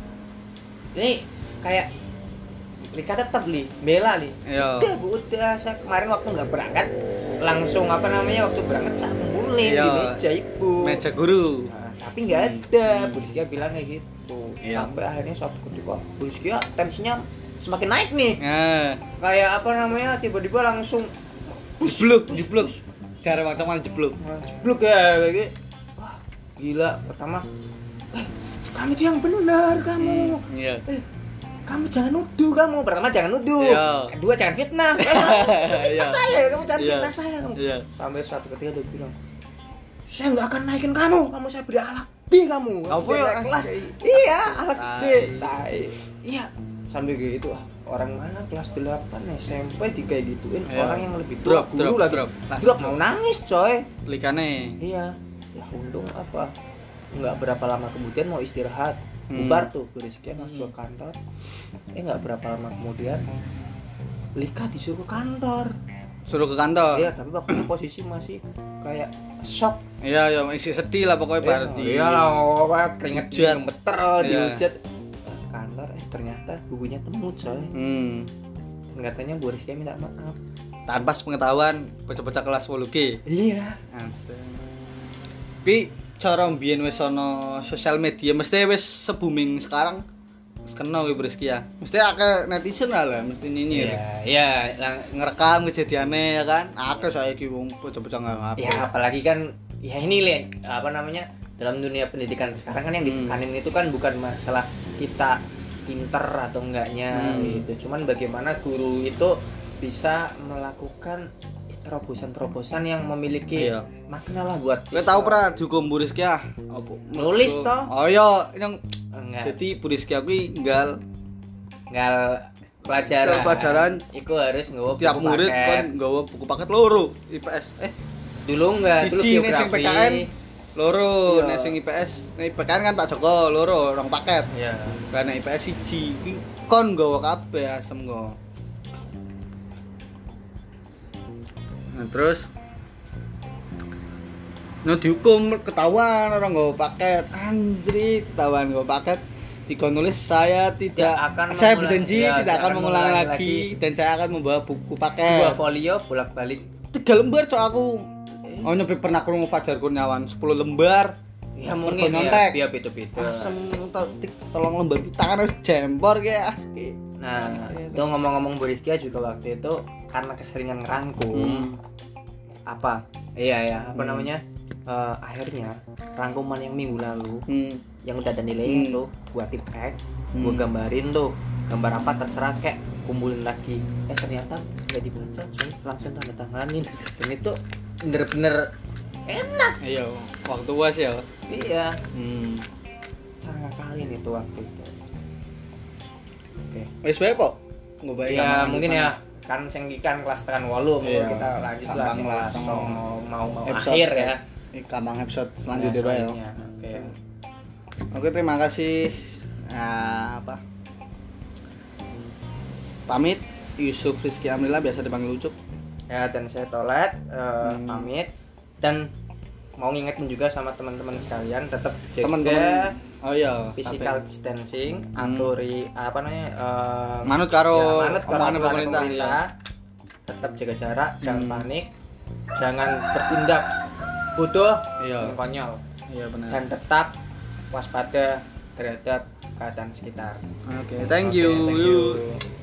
Ini kayak Lika tetap li, bela li. Iya. Udah Bu, udah. Saya kemarin waktu nggak berangkat langsung apa namanya waktu berangkat saya ngumpulin Iya. di meja ibu. Meja guru. Nah, tapi nggak ada. Hmm. Bu Rizky bilang kayak gitu. Iya. Sampai akhirnya suatu ketika Bu Rizky tensinya semakin naik nih. Nah, Kayak apa namanya tiba-tiba langsung jeblok, jeblok. Cara macam-macam jeblok. jeblok ya kayak gitu. Wah, gila. Pertama, eh, kamu tuh yang benar kamu. Iya. Eh, kamu jangan nuduh kamu. Pertama jangan nuduh. Iya. Kedua jangan fitnah. Eh, kamu fitnah Iya. saya, kamu jangan Iya. fitnah saya kamu. Iya. Sampai suatu ketika dia bilang, saya nggak akan naikin kamu. Kamu saya beri alat D kamu. Apa Biar ya? naik kelas? Iya, alat D. Tai. Tai. Iya. Sampai kayak gitu ah. Orang mana kelas delapan S M P di kayak gituin, Iya. orang yang lebih tua Drop, guru drop, lagi. drop. Nah. Drop mau nangis coy. Likane. Iya. Ya untung apa? Nggak berapa lama kemudian mau istirahat. Hmm. Bubar tuh Bu Rizky masuk ke kantor. Eh nggak berapa lama kemudian Lika disuruh ke kantor. Suruh ke kantor. Iya, tapi waktu itu posisi masih kayak shock. Iya, ya isi sedih lah pokoknya berarti. Iya lah, pokoknya keringet Hujat. gemeter, Iya. dihujat. Ke kantor, eh ternyata bukunya temu coy. Hmm. Dan katanya Bu Rizky minta maaf. Tanpa sepengetahuan bocah-bocah kelas delapan G. Iya. Asik. Tapi cara mbiyen wis ana sosial media mesti wis se-booming sekarang. Wis kena kuwi Briskia. Mesti akeh netizen lah, lah, mesti nyinyir. Iya, iya. lang- Ngerekam kejadiannya ya kan. Akeh saiki wong bocah-bocah nggak apa. Ya apalagi kan, ya ini Le, apa namanya, dalam dunia pendidikan sekarang kan yang Hmm. ditekanin itu kan bukan masalah kita pinter atau enggaknya Hmm. gitu. Cuman bagaimana guru itu bisa melakukan terobosan-terobosan yang memiliki Iya. makna lah buat Kowe siswa. tau pra dihukum Bu Rizky ah? Apa? Nulis toh? Oh iya, yang Enggak. jadi Bu Rizky aku nggal Ngal pelajaran. Ngal pelajaran. Iku harus nggawa tiap buku murid paket. kan nggawa buku paket loro I P S. Eh, Dulu enggak, dulu siji nek sing P geografi. K N loro, Iya. nek sing I P S, nek P K N kan Pak Joko loro, rong paket. Iya. Lah nek I P S siji, iki kon nggawa kabeh asem kok. Nah, terus no dihukum ketahuan orang nggawa paket. Anjrit, ketahuan nggawa paket. Dikon nulis saya tidak, Tidak akan saya mengulangi- berjanji ya, tidak akan mengulang lagi, lagi. dan saya akan membawa buku paket. Dua folio bolak-balik. Tiga lembar cok aku. Oh nyampe pernah krungu Fajar Kurniawan sepuluh lembar. Ya Mergo mungkin nyontek. ya, biar beda-beda. Asem to- tik tolong lembar tangan harus jempor kayak asli. Nah, itu ngomong-ngomong Bu Rizky juga waktu itu karena keseringan ngerangkum. Hmm. Apa? Iya ya, apa Hmm. namanya? Eh, akhirnya rangkuman yang minggu lalu Hmm. yang udah ada nilainya Hmm. tuh gua tipek, Hmm. gua gambarin tuh gambar apa terserah kek, kumpulin lagi. Eh ternyata nggak dibaca, cuy, langsung tanda tanganin. Dan itu bener-bener enak. Iya, waktu uas ya. Iya, Hmm. cara ngakalin itu waktu itu. Oke. Wis bae kok. Nggak baik Ya kamu mungkin lanjutan. ya kan senggikan kelas tekan walu, Iya. kita lanjut lah Gampang sing lah, kelas sama mau mau, mau episode akhir ya. Ini gampang episode selanjutnya bae. Selanjutnya, Oke. Oke, terima kasih. Nah, apa? Pamit Yusuf Rizky Amrila, biasa dipanggil Ucup. Ya dan saya Tolet eh, Hmm. pamit dan mau ngingetin juga sama teman-teman sekalian tetap jaga Teman-teman. Oh iya, physical tapi- distancing, Hmm. aturi apa namanya? eh, Manut karo ya, manut karo omongan aturan pemerintah, pemerintah. Tetap jaga jarak, jangan Hmm. panik, jangan bertindak bodoh, Iya. dan konyol, Iya benar. dan tetap waspada terhadap keadaan sekitar. Oke, thank Oke, you. thank you.